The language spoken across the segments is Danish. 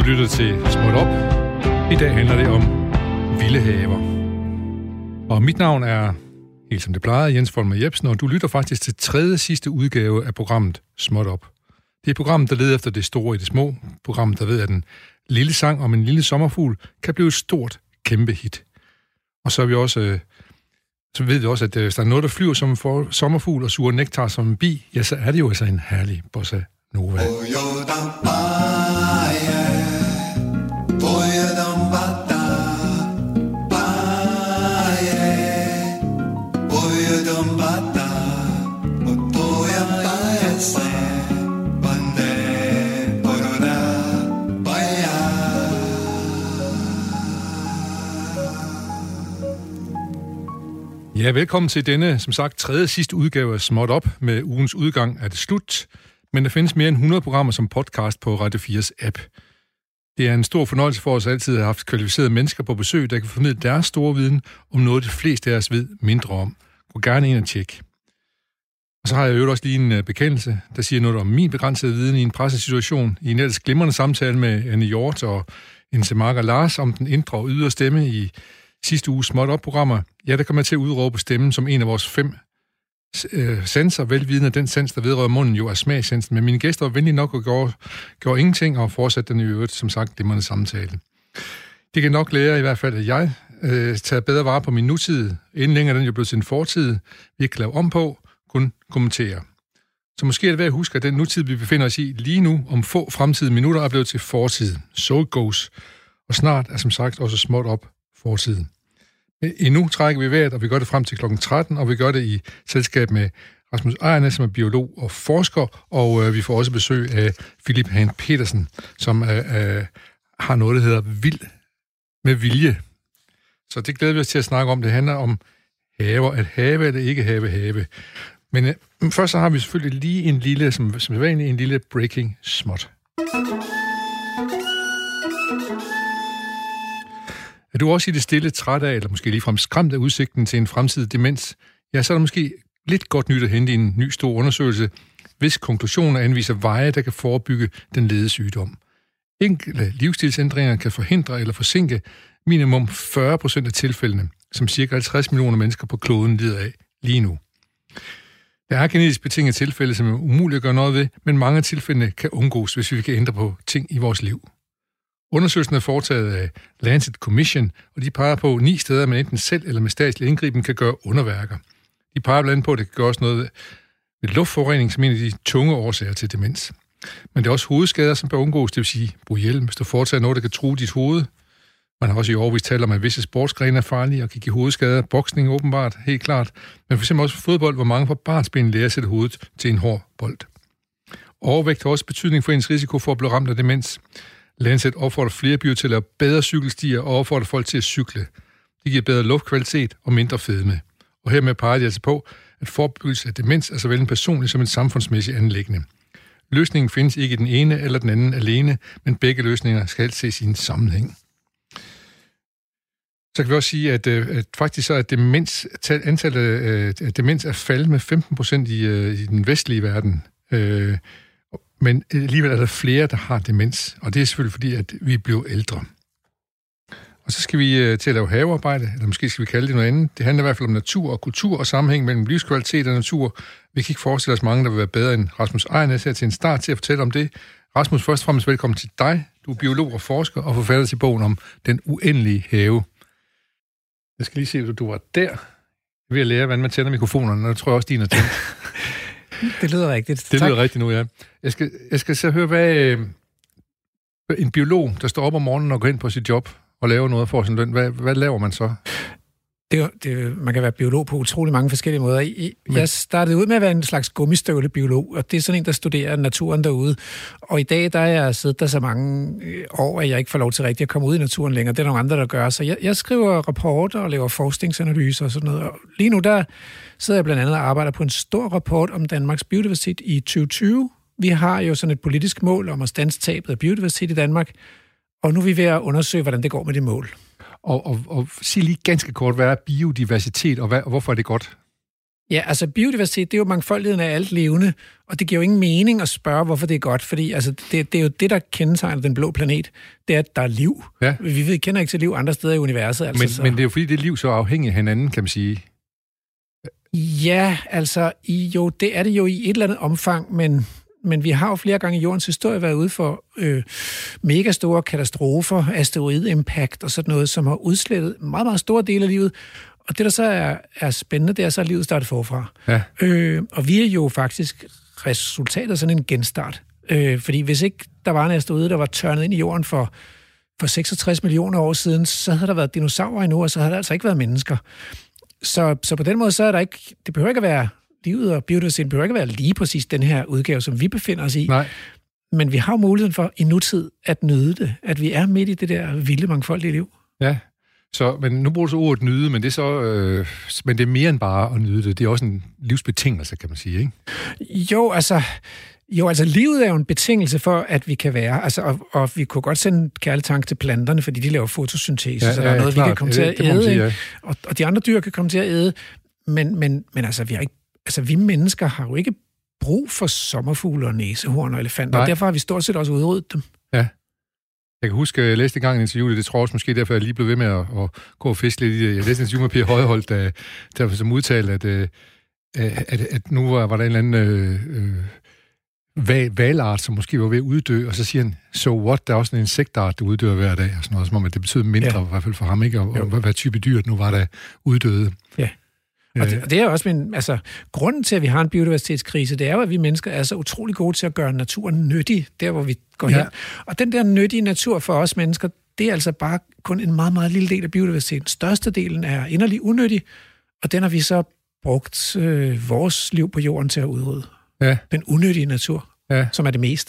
lytter til Småt Op. I dag handler det om vilde haver. Og mit navn er, helt som det plejer, Jens Folmer Jebsen, og du lytter faktisk til tredje sidste udgave af programmet Småt Op. Det er programmet, der leder efter det store i det små. Programmet, der ved, at en lille sang om en lille sommerfugl kan blive et stort, kæmpe hit. Og så er vi også... Så ved vi også, at hvis der er noget, der flyver som en sommerfugl og suger nektar som en bi, ja, så er det jo altså en herlig bossa nova. Ja, velkommen til denne, som sagt, tredje sidste udgave af Småt Op. Med ugens udgang er det slut, men der findes mere end 100 programmer som podcast på Radio 4's app. Det er en stor fornøjelse for os altid at have haft kvalificerede mennesker på besøg, der kan formidle deres store viden om noget, de fleste af os ved mindre om. Gå gerne ind og tjek. Og så har jeg jo også lige en bekendelse, der siger noget om min begrænsede viden i en pressesituation, i en ellers glimrende samtale med Anne Hjort og Inse Marker Lars om den indre og ydre stemme i sidste uges Småt Op-programmer. Ja, der kommer jeg til at udråbe stemmen som en af vores 5 sanser, velvidende den sans, der vedrører munden, jo er smagssansen. Men mine gæster var venlige nok og gjorde ingenting og fortsatte den i øvrigt, som sagt, glimrende samtale. Det kan nok lære i hvert fald, at jeg tager bedre vare på min nutid. Inden længere den jo blevet til en fortid, vi ikke lave om på, kun kommentere. Så måske er det værd at huske, at den nutid, vi befinder os i lige nu, om få fremtidige minutter, er blevet til fortid. So it goes. Og snart er som sagt også Småt Op fortiden. Endnu trækker vi vejret, og vi gør det frem til kl. 13, og vi gør det i selskab med Rasmus Ejernes, som er biolog og forsker, og vi får også besøg af Philip Hahn Petersen, som har noget, der hedder Vild med vilje. Så det glæder vi os til at snakke om. Det handler om haver, at have eller ikke have. Men først så har vi selvfølgelig lige en lille, som er vanlig, en lille breaking småt. Er du også i det stille træt af, eller måske ligefrem skræmt af udsigten til en fremtidig demens, ja, så er der måske lidt godt nyt at hente i en ny stor undersøgelse, hvis konklusioner anviser veje, der kan forebygge den ledede sygdom. Enkelte livsstilsændringer kan forhindre eller forsinke minimum 40% af tilfældene, som ca. 50 millioner mennesker på kloden lider af lige nu. Der er genetisk betingede tilfælde, som er umuligt at gøre noget ved, men mange af tilfældene kan undgås, hvis vi kan ændre på ting i vores liv. Undersøgelsen er foretaget af Lancet Commission, og de peger på 9 steder, man enten selv eller med statslig indgriben kan gøre underværker. De peger blandt andet på, at det kan gøres noget ved luftforurening som en af de tunge årsager til demens. Men det er også hovedskader, som bør undgås, det vil sige brug hjelm, hvis du foretager noget, der kan true dit hoved. Man har også i årvis talt om, at visse sportsgrene er farlige og kan give hovedskader. Boksning åbenbart, helt klart. Men for eksempel også fodbold, hvor mange fra barnsben lærer at sætte hovedet til en hård bold. Overvægt har også betydning for ens risiko for at blive ramt af demens. Lancet opfordrer flere byer til at lave bedre cykelstier og opfordrer folk til at cykle. Det giver bedre luftkvalitet og mindre fedme. Og hermed peger de altså på, at forebyggelse af demens er såvel en personlig som en samfundsmæssig anliggende. Løsningen findes ikke i den ene eller den anden alene, men begge løsninger skal helst ses i en sammenhæng. Så kan vi også sige, at faktisk så er antallet af demens er faldet med 15% i den vestlige verden. Men alligevel er der flere, der har demens, og det er selvfølgelig fordi, at vi bliver ældre. Og så skal vi til at lave havearbejde, eller måske skal vi kalde det noget andet. Det handler i hvert fald om natur og kultur og sammenhæng mellem livskvalitet og natur. Vi kan ikke forestille os mange, der vil være bedre end Rasmus Ejernes her til en start til at fortælle om det. Rasmus, først og fremmest velkommen til dig. Du er biolog og forsker og forfatter til bogen om den uendelige have. Jeg skal lige se, at du var der. Jeg er ved at lære, hvordan man tænder mikrofonerne, og jeg tror også, din er tændt. Det lyder rigtigt. Det lyder rigtigt nu, ja. Jeg skal så høre, hvad en biolog, der står op om morgenen og går ind på sit job og laver noget for sin løn, hvad laver man så? Man kan være biolog på utrolig mange forskellige måder. Jeg startede ud med at være en slags gummistøvlebiolog, og det er sådan en, der studerer naturen derude. Og i dag, der er jeg siddet der så mange år, at jeg ikke får lov til rigtigt at komme ud i naturen længere. Det er nogle andre, der gør. Så jeg skriver rapporter og laver forskningsanalyser og sådan noget. Og lige nu, der sidder jeg blandt andet og arbejder på en stor rapport om Danmarks biodiversitet i 2020. Vi har jo sådan et politisk mål om at standse tabet af biodiversitet i Danmark, og nu er vi ved at undersøge, hvordan det går med det mål. Og sig lige ganske kort, hvad er biodiversitet, og hvorfor er det godt? Ja, altså biodiversitet, det er jo mangfoldigheden af alt levende, og det giver jo ingen mening at spørge, hvorfor det er godt, fordi altså, det er jo det, der kendetegner den blå planet, det er, at der er liv. Ja. Vi kender ikke til liv andre steder i universet. Altså, men det er jo fordi, det liv så er afhængigt af hinanden, kan man sige. Ja, altså, jo, det er det jo i et eller andet omfang, men vi har jo flere gange i jordens historie været ude for mega store katastrofer, asteroid-impact og sådan noget, som har udslettet meget, meget store dele af livet. Og det, der så er spændende, det er så, at livet starter forfra. Ja. Og vi er jo faktisk resultatet af sådan en genstart. Fordi hvis ikke der var en asteroide, der var tørnet ind i jorden for 66 millioner år siden, så havde der været dinosaurer endnu, og så havde der altså ikke været mennesker. Så på den måde, så er der ikke... Det behøver ikke at være... Livet og biodiversiteten behøver ikke at være lige præcis den her udgave, som vi befinder os i. Nej. Men vi har jo muligheden for i nutid at nyde det. At vi er midt i det der vilde, mangfoldige liv. Ja. Så, men nu bruger du så ordet nyde, men det er så, men det er mere end bare at nyde det. Det er også en livsbetingelse, kan man sige, ikke? Jo, altså livet er jo en betingelse for, at vi kan være. Altså, og vi kunne godt sende kærlig tanke til planterne, fordi de laver fotosyntese, så der er noget, klart. Vi kan komme til at æde. Sige, ja. Og de andre dyr kan komme til at æde. Men altså, vi mennesker har jo ikke brug for sommerfugle og næsehorn og elefanter, og derfor har vi stort set også udryddet dem. Ja. Jeg kan huske, jeg læste engang en interview, det tror jeg også måske derfor, jeg lige blev ved med at gå og fiske lidt i det. Jeg læste en interview med Per Højholt, som udtalte, at nu var der en eller anden valart, som måske var ved at uddø, og så siger han, so what, der er også en insektart, der uddør hver dag, og sådan noget, som om, at det betyder mindre, i hvert fald for ham, ikke? Og hvad type dyr, nu var der uddøde. Ja. Og det er også grunden til, at vi har en biodiversitetskrise, det er jo, at vi mennesker er så utrolig gode til at gøre naturen nyttig, der hvor vi går hen. Og den der nyttige natur for os mennesker, det er altså bare kun en meget, meget lille del af biodiversiteten. Størstedelen er inderlig unyttig, og den har vi så brugt vores liv på jorden til at udrydde. Ja. Den unyttige natur, som er det meste.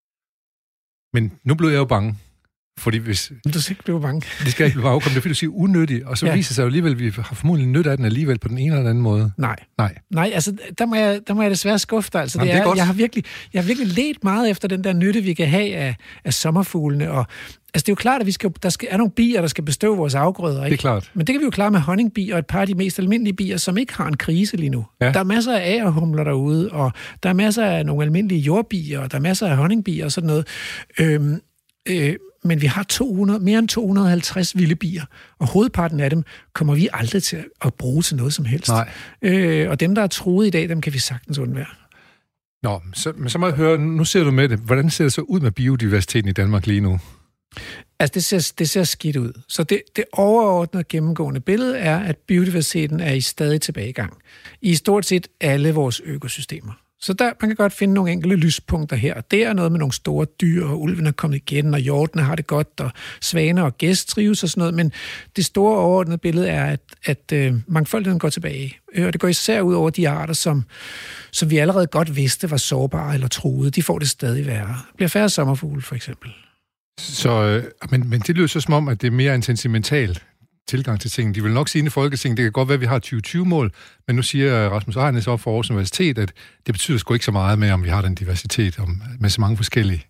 Men nu blev jeg jo bange. Fordi hvis... Du skal ikke blive bange. Det skal ikke blive bange. Det er fordi, du siger unødig, og så viser sig jo alligevel, at vi har formodentlig nytte af den alligevel på den ene eller anden måde. Nej, altså, der må jeg desværre skuffe dig. Altså, det er jeg har virkelig ledt meget efter den der nytte, vi kan have af sommerfuglene. Og, altså, det er jo klart, at der er nogle bier, der skal bestøve vores afgrøder. Ikke? Det er klart. Men det kan vi jo klare med honningbier og et par af de mest almindelige bier, som ikke har en krise lige nu. Ja. Der er masser af agerhumler derude, og der er masser af nogle almindelige jordbier, og der er masser af honningbier og sådan noget. Men vi har mere end 250 vilde bier, og hovedparten af dem kommer vi aldrig til at bruge til noget som helst. Nej. Og dem, der er truet i dag, dem kan vi sagtens undvære. Nå, men så må jeg høre, nu ser du med det. Hvordan ser det så ud med biodiversiteten i Danmark lige nu? Altså, det ser skidt ud. Så det overordnede gennemgående billede er, at biodiversiteten er i stadig tilbagegang i stort set alle vores økosystemer. Så man kan godt finde nogle enkelte lyspunkter her. Det er noget med nogle store dyr, og ulven er kommet igen, og hjortene har det godt, og svaner og gæst trives og sådan noget. Men det store overordnede billede er, at mangfoldigheden går tilbage. Og det går især ud over de arter, som vi allerede godt vidste var sårbare eller truede. De får det stadig værre. Der bliver færre sommerfugle, for eksempel. Så, men det lyder så som om, at det er mere en sentimental tilgang til ting. De vil nok sige i Folketinget, det kan godt være, at vi har 2020-mål, men nu siger Rasmus Ejrnæs op for Aarhus Universitet, at det betyder sgu ikke så meget med, om vi har den diversitet med så mange forskellige.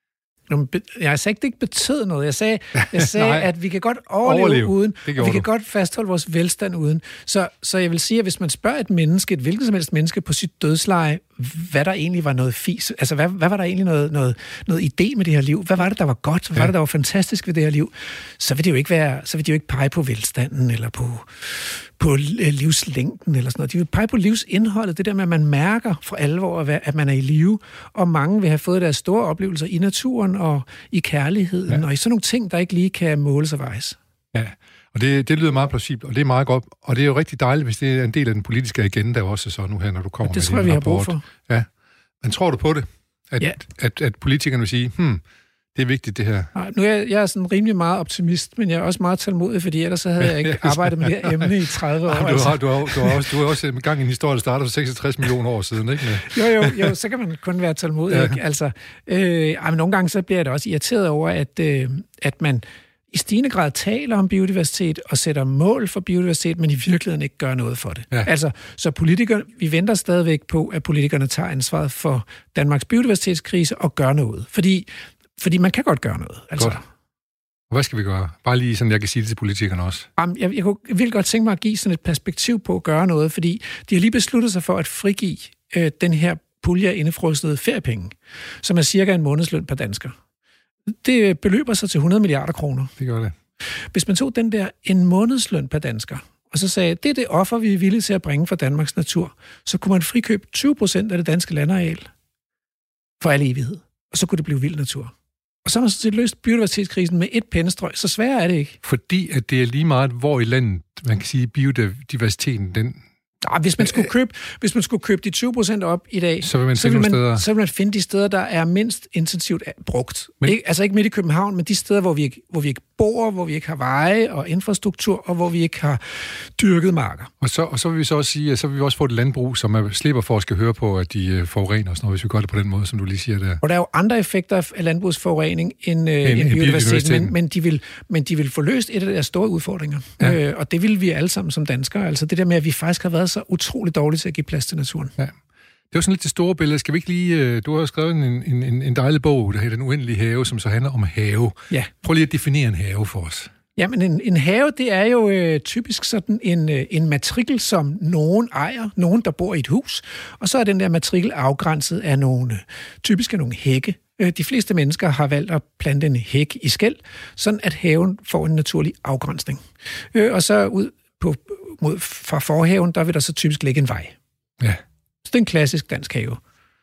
Jeg sagde ikke, det ikke betød noget. Jeg sagde at vi kan godt overleve uden, og vi kan godt fastholde vores velstand uden. Så jeg vil sige, at hvis man spørger et hvilket som helst menneske på sit dødsleje, hvad der egentlig var noget fis, altså hvad var der egentlig noget idé med det her liv? Hvad var det, der var godt? Hvad var det, der var fantastisk ved det her liv? Så vil det jo ikke pege på velstanden, eller på livslængden, eller sådan noget. De vil pege på livsindholdet, det der med, at man mærker for alvor, at man er i live, og mange vil have fået deres store oplevelser i naturen, og i kærligheden, og i sådan nogle ting, der ikke lige kan måles og vejes. Ja, og det lyder meget plausibelt, og det er meget godt, og det er jo rigtig dejligt, hvis det er en del af den politiske agenda også så nu her, når du kommer med det tror jeg, vi har brug for. Ja, men tror du på det? At politikerne vil sige, det er vigtigt, det her. Nej, nu er jeg sådan rimelig meget optimist, men jeg er også meget tålmodig, fordi ellers så havde jeg ikke arbejdet med det her emne i 30 år. Du har også i gang i en historie, der startede for 66 millioner år siden, ikke? Jo, så kan man kun være tålmodig, ikke? Altså, men nogle gange så bliver jeg da også irriteret over, at man i stigende grad taler om biodiversitet og sætter mål for biodiversitet, men i virkeligheden ikke gør noget for det. Ja. Altså, så vi venter stadigvæk på, at politikerne tager ansvaret for Danmarks biodiversitetskrise og gør noget. Fordi man kan godt gøre noget. Altså. Godt. Og hvad skal vi gøre? Bare lige sådan, jeg kan sige det til politikerne også. Jeg kunne virkelig godt tænke mig at give sådan et perspektiv på at gøre noget, fordi de har lige besluttet sig for at frigive den her pulje af indefrostede feriepenge, som er cirka en månedsløn per dansker. Det beløber sig til 100 milliarder kroner. Det gør det. Hvis man tog den der en månedsløn per dansker, og så sagde, det er det offer, vi er villige til at bringe for Danmarks natur, så kunne man frikøbe 20% af det danske landareal for al evighed. Og så kunne det blive vild natur. Og så har man sådan set løst biodiversitetskrisen med et pennestrøg. Så svært er det ikke. Fordi at det er lige meget, hvor i landet, man kan sige, biodiversiteten, den... Hvis man skulle købe de 20% op i dag, så vil man finde de steder, der er mindst intensivt brugt. Ikke midt i København, men de steder, hvor vi ikke bor, hvor vi ikke har veje og infrastruktur, og hvor vi ikke har dyrket marker. Og så vil vi så også sige, at så vil vi også få et landbrug, som slipper for at skal høre på, at de forurener og sådan noget, hvis vi gør det på den måde, som du lige siger der. Og der er jo andre effekter af landbrugsforurening end biodiversitet, men de vil få løst et af deres store udfordringer. Ja. Og det vil vi alle sammen som danskere. Altså det der med, at vi faktisk har været så utroligt dårligt til at give plads til naturen. Ja. Det var sådan lidt det store billede. Skal vi ikke lige... Du har skrevet en dejlig bog, der hedder Den Uendelige Have, som så handler om have. Ja. Prøv lige at definere en have for os. Jamen, en have, det er jo typisk sådan en matrikel, som nogen ejer, nogen, der bor i et hus, og så er den der matrikel afgrænset af typisk af nogle hække. De fleste mennesker har valgt at plante en hæk i skel, sådan at haven får en naturlig afgrænsning. Og så ud fra forhaven, der vil der så typisk ligge en vej. Ja. Så det er en klassisk dansk have.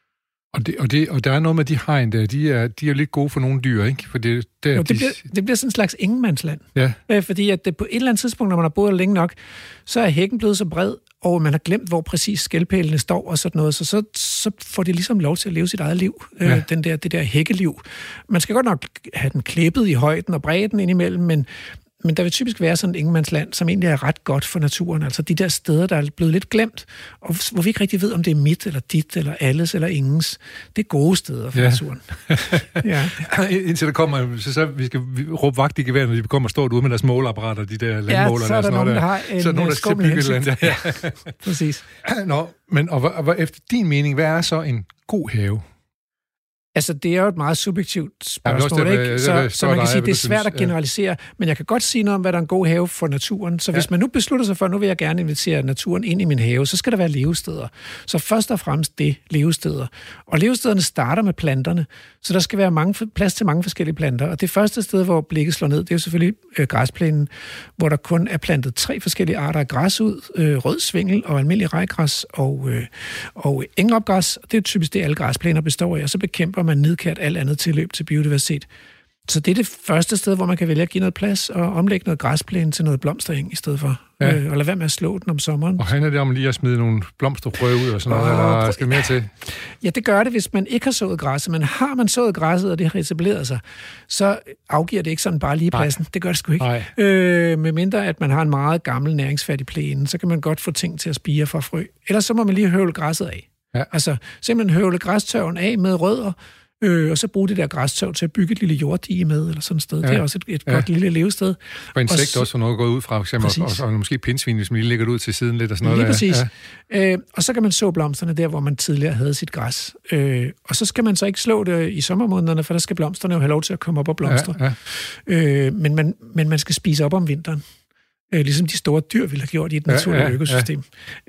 Og der er noget med de hegn der, de er lidt gode for nogle dyr, ikke? For det bliver sådan en slags ingenmandsland. Ja. Fordi at på et eller andet tidspunkt, når man har boet længe nok, så er hækken blevet så bred, og man har glemt, hvor præcis skelpælene står og sådan noget, så får de ligesom lov til at leve sit eget liv, det der hækkeliv. Man skal godt nok have den klippet i højden og bredden indimellem, men der vil typisk være sådan et ingenmandsland, som egentlig er ret godt for naturen. Altså de der steder, der er blevet lidt glemt, og hvor vi ikke rigtig ved, om det er mit, eller dit, eller alles, eller ingens. Det er gode steder for naturen. Ja. Indtil der kommer, så vi skal råbe vagt i gevær, når de kommer stort ude med deres måleapparater, de der landmålere. Ja, så er der nogen, der har en skummel hensigt. Ja. Præcis. Nå, men og efter din mening, hvad er så en god have? Altså, det er jo et meget subjektivt spørgsmål, ikke? Så man kan sige, det er svært at generalisere, men jeg kan godt sige noget om, hvad der er en god have for naturen. Så hvis man nu beslutter sig for, nu vil jeg gerne invitere naturen ind i min have, så skal der være levesteder. Så først og fremmest det, levesteder. Og levestederne starter med planterne, så der skal være plads til mange forskellige planter. Og det første sted, hvor blikket slår ned, det er jo selvfølgelig græsplænen, hvor der kun er plantet 3 forskellige arter af græs ud. Rød svingel og almindelig rejgræs og engelopgræs. Det er typisk det, alle græsplæner består af, og så bekæmper man nedkært alt andet tilløb til biodiversitet. Så det er det første sted, hvor man kan vælge at give noget plads og omlægge noget græsplæne til noget blomstereng i stedet for. Ja. Og lade være med at slå den om sommeren. Og handler det om lige at smide nogle blomsterfrø ud og sådan noget, eller skal mere til? Ja, det gør det, hvis man ikke har sået græsset. Men har man sået græsset, og det har etableret sig, så afgiver det ikke sådan bare lige pladsen. Nej. Det gør det sgu ikke. Med mindre, at man har en meget gammel næringsfattig plæne, så kan man godt få ting til at spire fra frø. Ellers så må man lige høvle græsset af. Ja. Altså simpelthen høvle græstørven af med rødder, og så bruge det der græstørv til at bygge et lille jorddige med, eller sådan et sted. Ja. Det er også et godt lille levested. Og insekter også for noget gået ud fra, for eksempel, og måske pindsvin, hvis man lige lægger det ud til siden lidt og sådan noget. Lige præcis. Ja. Og så kan man så blomsterne der, hvor man tidligere havde sit græs. Og så skal man så ikke slå det i sommermånederne, for der skal blomsterne jo have lov til at komme op og blomstre. Ja. Men man skal spise op om vinteren. Ligesom de store dyr ville have gjort i et naturligt økosystem.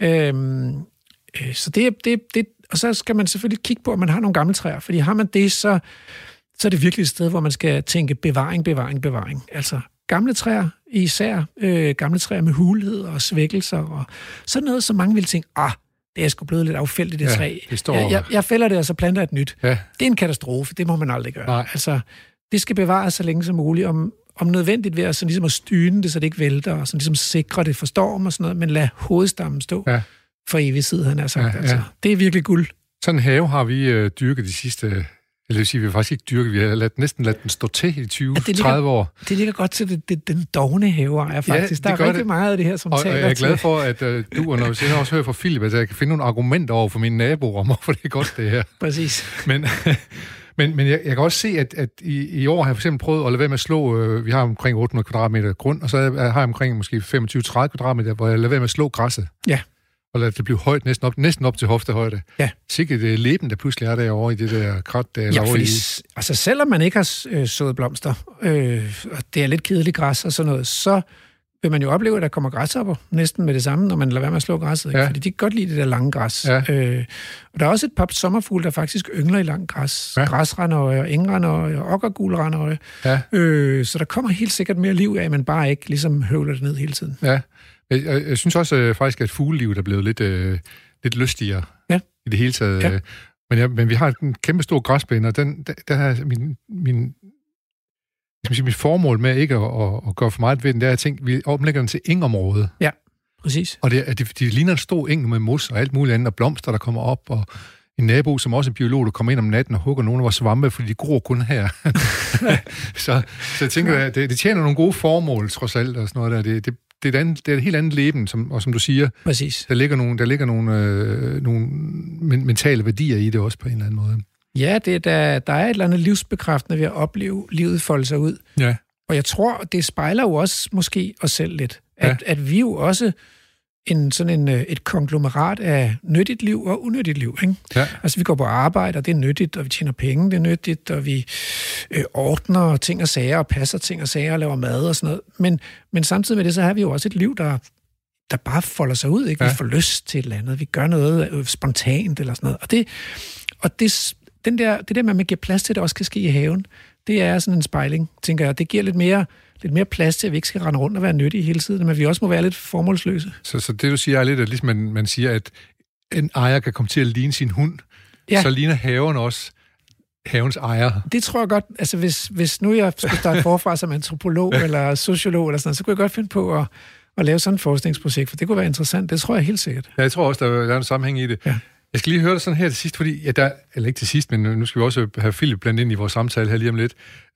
Så det og så skal man selvfølgelig kigge på, om man har nogle gamle træer, fordi har man det, så er det virkelig et sted, hvor man skal tænke bevaring. Altså gamle træer, især gamle træer med hulhed og svækkelser, og sådan noget, som mange vil tænke, det er sgu blevet lidt affældigt, det træ. Jeg fælder det, og så planter et nyt. Ja. Det er en katastrofe, det må man aldrig gøre. Nej. Altså, det skal bevares så længe som muligt, om nødvendigt ved at, sådan ligesom at styne det, så det ikke vælter, og sådan ligesom sikre det for storm og sådan noget, men lad hovedstammen stå. Ja. For evig tid, han har sagt. Ja. Altså. Det er virkelig guld. Sådan en have har vi dyrket de sidste... Eller det vil sige, vi har faktisk ikke dyrket. Vi har næsten ladet den stå til i 20-30 år. Det ligger godt til den dovne haveejer, faktisk. Ja, der er rigtig meget af det her, som taler til. Og jeg er glad for, at du, og når jeg også hører fra Philip, at jeg kan finde nogle argumenter over for mine naboer om, hvorfor det er godt, det her. Præcis. Men jeg kan også se, at i år har jeg for eksempel prøvet at lade være med at slå... vi har omkring 800 kvadratmeter grund, og så har jeg omkring måske 25-30 kvadratmeter, hvor jeg lader være med at slå græsset. Ja. og lade det blive højt, næsten op til hoftehøjde. Ja. Sikkert det leben, der pludselig er derovre i det der krat, der er fordi, altså selvom man ikke har sået blomster, og det er lidt kedeligt græs og sådan noget, så vil man jo opleve, at der kommer græshopper næsten med det samme, når man lader være med at slå græsset. Ikke? Fordi de kan godt lide det der lange græs. Ja. Og der er også et par sommerfugle, der faktisk yngler i langt græs. Ja. Græsrandøje, engrandøje, okkergulrandøje. Ja. Så der kommer helt sikkert mere liv af, men bare ikke ligesom høvler det ned hele tiden. Ja. Jeg synes også faktisk, at fuglelivet er blevet lidt lystigere i det hele taget. Ja. Men vi har en kæmpe stor græsplæne, og der har mit formål med ikke at gøre for meget ved den, der jeg tænkt, vi omlægger den til engområde. Ja, præcis. Og de ligner en stor eng med mos og alt muligt andet, og blomster, der kommer op, og en nabo, som også er biolog, der kommer ind om natten og hugger nogle af vores svampe, fordi de gror kun her. så jeg tænker, at det tjener nogle gode formål, trods alt, og sådan noget der. Det er et helt andet leben, som du siger. Præcis. Der ligger nogle mentale værdier i det også på en eller anden måde. Ja, der er et eller andet livsbekræftende ved at opleve livet folde sig ud. Ja. Og jeg tror, det spejler jo også måske os selv lidt. At vi jo også et konglomerat af nyttigt liv og unyttigt liv. Ikke? Ja. Altså, vi går på arbejde, og det er nyttigt, og vi tjener penge, det er nyttigt, og vi ordner ting og sager, og passer ting og sager, og laver mad og sådan noget. Men samtidig med det, så har vi jo også et liv, der bare folder sig ud. Ikke? Vi får lyst til et eller andet. Vi gør noget spontant eller sådan noget. Det der med, at man giver plads til, at det også kan ske i haven, det er sådan en spejling, tænker jeg. Det giver lidt mere plads til, at vi ikke skal rende rundt og være nyttige hele tiden, men vi også må være lidt formålsløse. Så det, du siger, er lidt, at ligesom man siger, at en ejer kan komme til at ligne sin hund, så ligner haven også havens ejer. Det tror jeg godt. Altså, hvis nu jeg skulle starte forfra som antropolog eller sociolog, eller sådan noget, så kunne jeg godt finde på at lave sådan et forskningsprojekt, for det kunne være interessant. Det tror jeg helt sikkert. Ja, jeg tror også, der er en sammenhæng i det. Ja. Jeg skal lige høre det sådan her til sidst, fordi, eller ikke til sidst, men nu skal vi også have Philip blandt ind i vores samtale her lige om lidt.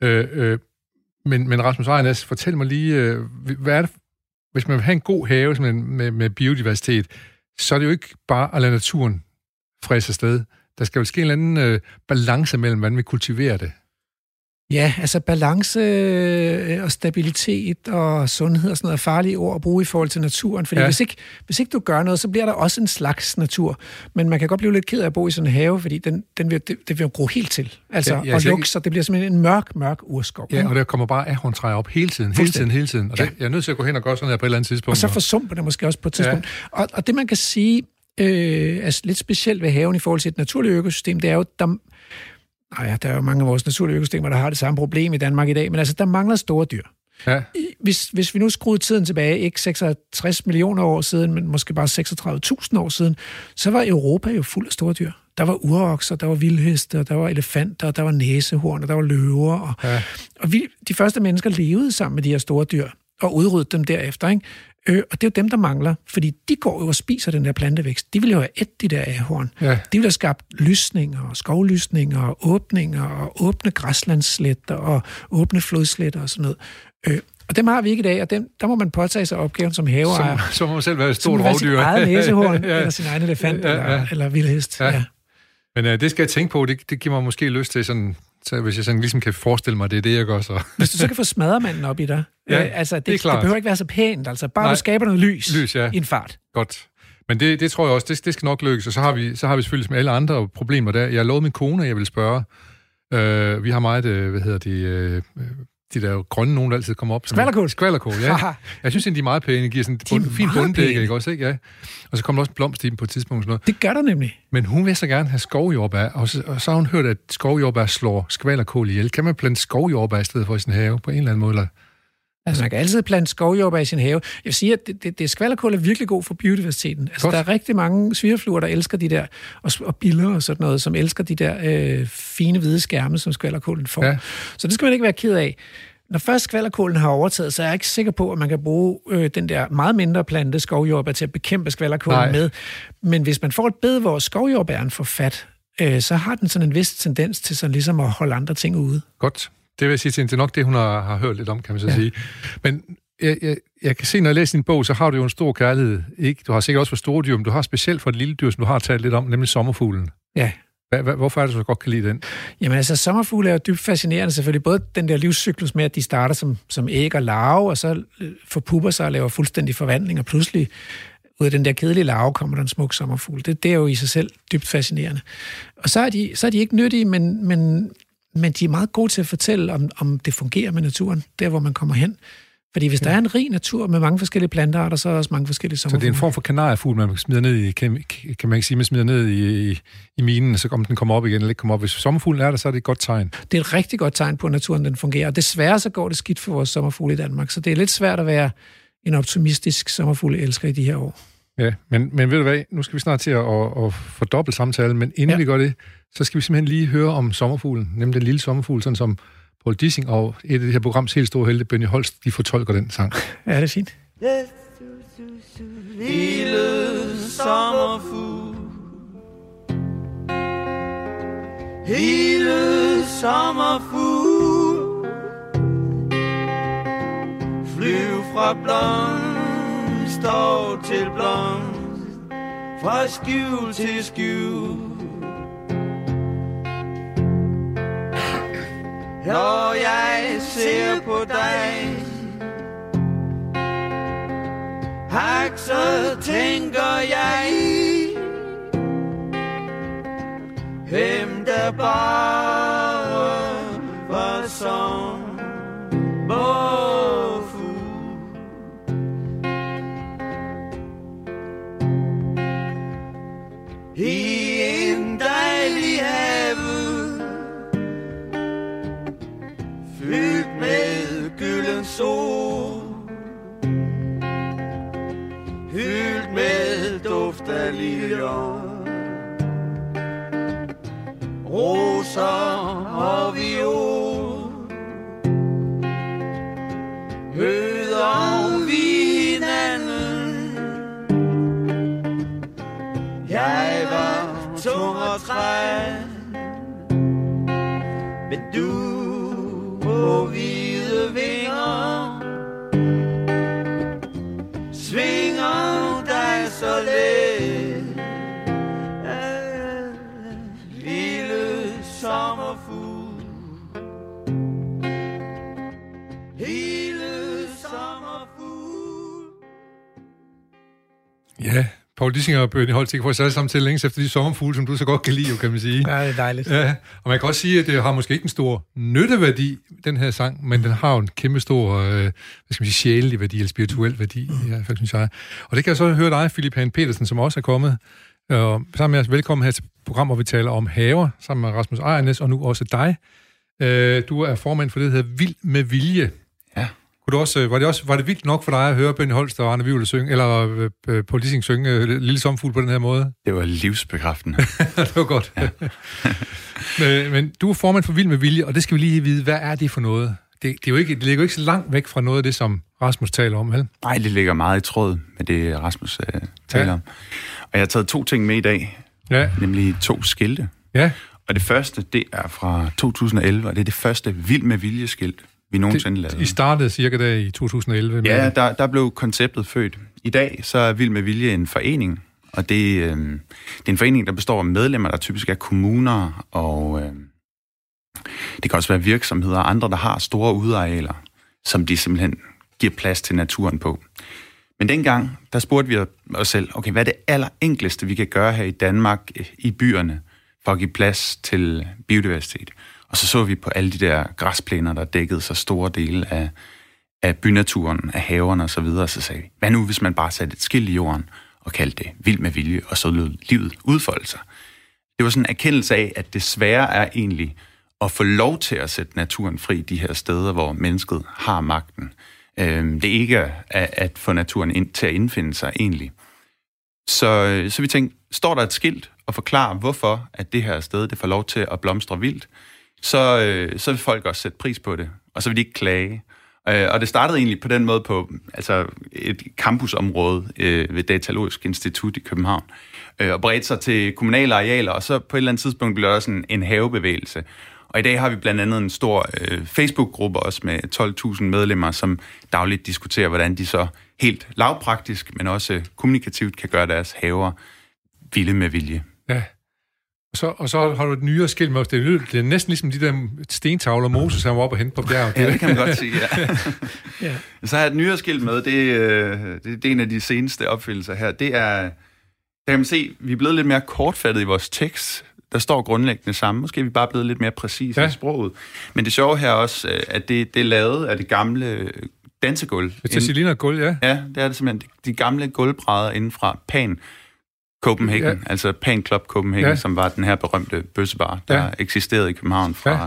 Men Rasmus Ejernes, fortæl mig lige, hvad er det, hvis man vil have en god have med biodiversitet, så er det jo ikke bare at lade naturen fræse afsted. Der skal jo ske en eller anden balance mellem, hvordan vi kultiverer det. Ja, altså balance og stabilitet og sundhed og sådan noget er farlige ord at bruge i forhold til naturen. Fordi hvis ikke du gør noget, så bliver der også en slags natur. Men man kan godt blive lidt ked af at bo i sådan en have, fordi det vil jo gro helt til. Altså, og lukke, så det bliver simpelthen en mørk urskov. Ja, og der kommer bare ahorntræer op hele tiden. Og jeg er nødt til at gå hen og gøre sådan her på et eller andet tidspunkt. Og så forsumper det måske også på et tidspunkt. Ja. Og det man kan sige er lidt specielt ved haven i forhold til et naturligt økosystem, det er jo, der er jo mange af vores naturlige økosystemer, der har det samme problem i Danmark i dag, men altså, der mangler store dyr. Ja. Hvis vi nu skruede tiden tilbage, ikke 66 millioner år siden, men måske bare 36.000 år siden, så var Europa jo fuld af store dyr. Der var urokser, der var vildheste, der var elefanter, der var næsehorn, der var løver. Og de første mennesker levede sammen med de her store dyr, og udryddede dem derefter, ikke? Og det er jo dem, der mangler, fordi de går jo og spiser den der plantevækst. De vil jo have de der ahorn. Ja. De vil have skabt lysninger og skovlysninger og åbninger og åbne græslandssletter og åbne flodsletter og sådan noget. Og dem har vi ikke i dag, og der må man påtage sig opgaven som haveejer. Så må man selv være et stort rovdyr. Sin eget næsehorn, eller sin egen elefant, eller vildhest. Ja. Men det skal jeg tænke på, det giver mig måske lyst til sådan... Så hvis jeg sådan ligesom kan forestille mig, det er det, jeg gør så. Hvis du så kan få smadremanden op i dig. Altså, det behøver ikke være så pænt. Altså, bare du skaber noget lys i en fart. Godt. Men det tror jeg også, det skal nok lykkes. Og så har vi selvfølgelig med alle andre problemer der. Jeg har lovet min kone, at jeg vil spørge. Vi har meget, de der grønne nogen, der altid kommer op. Skvalderkål, ja. Jeg synes, de er meget pæne. De giver sådan en fin bunddække, ikke også? Ikke? Ja. Og så kommer der også en blomst i dem på et tidspunkt. Sådan noget. Det gør der nemlig. Men hun vil så gerne have skovjordbær, og så har hun hørt, at skovjordbær slår skvalderkål ihjel. Kan man plante skovjordbær i stedet for i sin have på en eller anden måde? Eller? Altså, man kan altid plante skovjordbær i sin have. Jeg vil sige, at det skvalderkål er virkelig god for biodiversiteten. Altså, der er rigtig mange svirrefluer, der elsker de der, og biller og sådan noget, som elsker de der fine hvide skærme, som skvalderkålen får. Ja. Så det skal man ikke være ked af. Når først skvalderkålen har overtaget, så er jeg ikke sikker på, at man kan bruge den der meget mindre plante skovjordbær til at bekæmpe skvalderkålen med. Men hvis man får et bed, hvor skovjordbæren får fat, så har den sådan en vis tendens til sådan ligesom at holde andre ting ude. Godt. Det vil jeg sige til hende. Det er nok det, hun har hørt lidt om, kan man så sige. Men jeg kan se, når jeg læser din bog, så har du jo en stor kærlighed. Ikke? Du har sikkert også for store dyr, men du har specielt for et lille dyr, som du har talt lidt om, nemlig sommerfuglen. Ja. Hvorfor er det, så godt kan lide den? Jamen altså, sommerfugle er jo dybt fascinerende selvfølgelig. Både den der livscyklus med, at de starter som æg og larve, og så forpupper sig og laver fuldstændig forvandling, og pludselig ud af den der kedelige larve kommer der en smuk sommerfugl. Det er jo i sig selv dybt fascinerende. Og så er de ikke nyttige, men de er meget gode til at fortælle, om det fungerer med naturen, der hvor man kommer hen. Fordi hvis der er en rig natur med mange forskellige plantearter, så er der også mange forskellige sommerfugle. Så det er en form for kanariefugl, man smider ned i, kan man ikke sige, man smider ned i minen, så om den kommer op igen eller ikke kommer op. Hvis sommerfuglen er der, så er det et godt tegn. Det er et rigtig godt tegn på, at naturen den fungerer. Og desværre så går det skidt for vores sommerfugle i Danmark, så det er lidt svært at være en optimistisk sommerfugleelsker i de her år. Ja, men ved du hvad, nu skal vi snart til at fordoble samtalen, men inden vi gør det, så skal vi simpelthen lige høre om sommerfuglen, nemlig den lille sommerfugl, sådan som Paul Dissing og et af de her programs helt store helte, Benny Holst, de fortolker den sang. Ja, det er fint. Lille sommerfugl, hele sommerfugl, flyv fra blomster til blomst, fra skjul til skjul. Når jeg ser på dig, hak, så tænker jeg, hvem der bare var sommerfugl. I en dejlig have, fyldt med gylden sol, fyldt med duft af liljer, roser og viol, møder vi hinanden. Jeg var tung og træt, men du på hvide vinger svinger dig så let, lille sommerfugl, hele sommerfugl. Ja, Paul Dissing og Benny Holst, ikke får særlig sammen til længes efter de sommerfugle, som du så godt kan lide, kan man sige. Ja, det er dejligt. Ja, og man kan også sige, at det har måske ikke en stor nytteværdi, den her sang, men den har jo en kæmpe stor, sjælelig værdi, eller spirituel værdi, synes jeg. Og det kan jeg så høre dig, Philip Hahn Petersen, som også er kommet, sammen med os. Velkommen her til program, hvor vi taler om haver, sammen med Rasmus Ejernes, og nu også dig. Du er formand for det, der hedder Vild med Vilje. Ja. Var det vildt nok for dig at høre Benny Holst og Arne Wivle synge, eller Paul Dissing synge Lille Sommerfugl på den her måde? Det var livsbekræftende. Det var godt. Ja. men du er formand for Vild med Vilje, og det skal vi lige vide, hvad er det for noget? Det ligger jo ikke så langt væk fra noget af det, som Rasmus taler om, vel? Nej, det ligger meget i tråd med det, Rasmus taler om. Og jeg har taget 2 ting med i dag, nemlig 2 skilte. Ja. Og det første, det er fra 2011, og det er det første Vild med Vilje-skilt, vi nogensinde lavede. I startede cirka der i 2011? Ja, der blev konceptet født. I dag så er Vild med Vilje en forening, og det er en forening, der består af medlemmer, der typisk er kommuner, og det kan også være virksomheder og andre, der har store udearealer, som de simpelthen giver plads til naturen på. Men dengang, der spurgte vi os selv, okay, hvad er det allerenkleste, vi kan gøre her i Danmark, i byerne, for at give plads til biodiversitet? Og så vi på alle de der græsplæner, der dækkede så store dele af bynaturen, af haverne osv., og så sagde vi, hvad nu hvis man bare satte et skilt i jorden og kaldte det Vild med Vilje, og så lød livet udfolde sig. Det var sådan en erkendelse af, at det svære er egentlig at få lov til at sætte naturen fri de her steder, hvor mennesket har magten. Det er ikke at få naturen til at indfinde sig egentlig. Så vi tænkte, står der et skilt og forklarer, hvorfor at det her sted det får lov til at blomstre vildt, så vil folk også sætte pris på det, og så vil de ikke klage. Og det startede egentlig på den måde på et campusområde ved Datalogisk Institut i København, og bredte sig til kommunale arealer, og så på et eller andet tidspunkt blev der også en havebevægelse. Og i dag har vi blandt andet en stor Facebook-gruppe også med 12.000 medlemmer, som dagligt diskuterer, hvordan de så helt lavpraktisk, men også kommunikativt kan gøre deres haver vilde med vilje. Ja, Og så har du et nyere skilt med os. Det er næsten ligesom de der stentavler, Moses han var oppe og hente på bjerget. Ja, det kan man godt sige, ja. Så har jeg et nyere skilt med. Det er en af de seneste opfindelser her. Det er, der kan man se, vi er blevet lidt mere kortfattet i vores tekst. Der står grundlæggende samme. Måske er vi bare blevet lidt mere præcise i sproget. Men det sjove her også, at det er lavet af det gamle dansegulv. Det ligner gulv, ja. Ja, det er det simpelthen. De gamle gulvbrædder inden fra Pan Copenhagen, altså Pan Club Copenhagen, som var den her berømte bøssebar, der eksisterede i København fra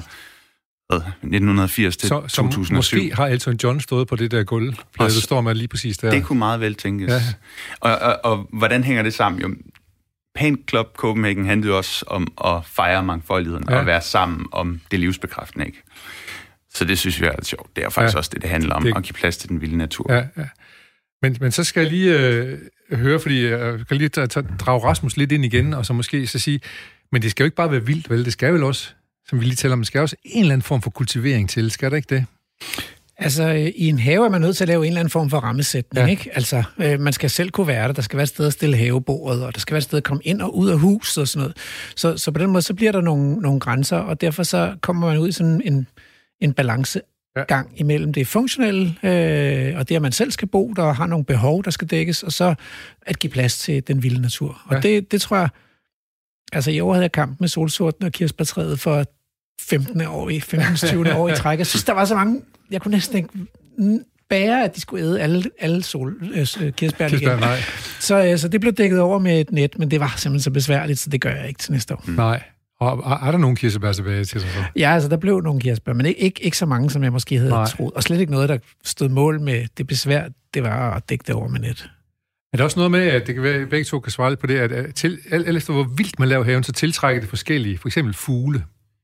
1980 til 2007. Så måske har Elton John stået på det der gulv, der står med lige præcis der. Det kunne meget vel tænkes. Ja. Og hvordan hænger det sammen? Jo, Pan Club Copenhagen handlede også om at fejre mangfoldigheden og være sammen om det livsbekræftende, ikke? Så det synes vi er lidt sjovt. Det er faktisk også det handler om, at give plads til den vilde natur. Ja. Men så skal jeg lige høre, fordi jeg kan lige drage Rasmus lidt ind igen, og så måske så sige, men det skal jo ikke bare være vildt, vel? Det skal vel også, som vi lige taler om, det skal også en eller anden form for kultivering til, skal det ikke det? Altså, i en have er man nødt til at lave en eller anden form for rammesætning, ikke? Altså, man skal selv kunne være der skal være et sted at stille havebordet, og der skal være et sted at komme ind og ud af huset og sådan noget. Så på den måde, så bliver der nogle grænser, og derfor så kommer man ud i sådan en balancegang imellem det funktionelle, og det, at man selv skal bo der, og har nogle behov, der skal dækkes, og så at give plads til den vilde natur. Og det tror jeg, altså i år havde jeg kamp med solsorten og kirsebærtræet for 15. år i 20 år i træk. Jeg synes, der var så mange, jeg kunne næsten ikke bære, at de skulle æde alle kirsebær igen. Så det blev dækket over med et net, men det var simpelthen så besværligt, så det gør jeg ikke til næste år. Nej. Og er der nogle kirsebær tilbage til sig? Ja, altså der blev nogle kirsebær, men ikke så mange, som jeg måske havde troet. Og slet ikke noget, der stod mål med det besvær, det var at dække det over med net. Er der også noget med, at det kan være, begge to kan svare lidt på det, at alt efter hvor vildt man laver haven, så tiltrækker det forskellige, for eksempel fugle?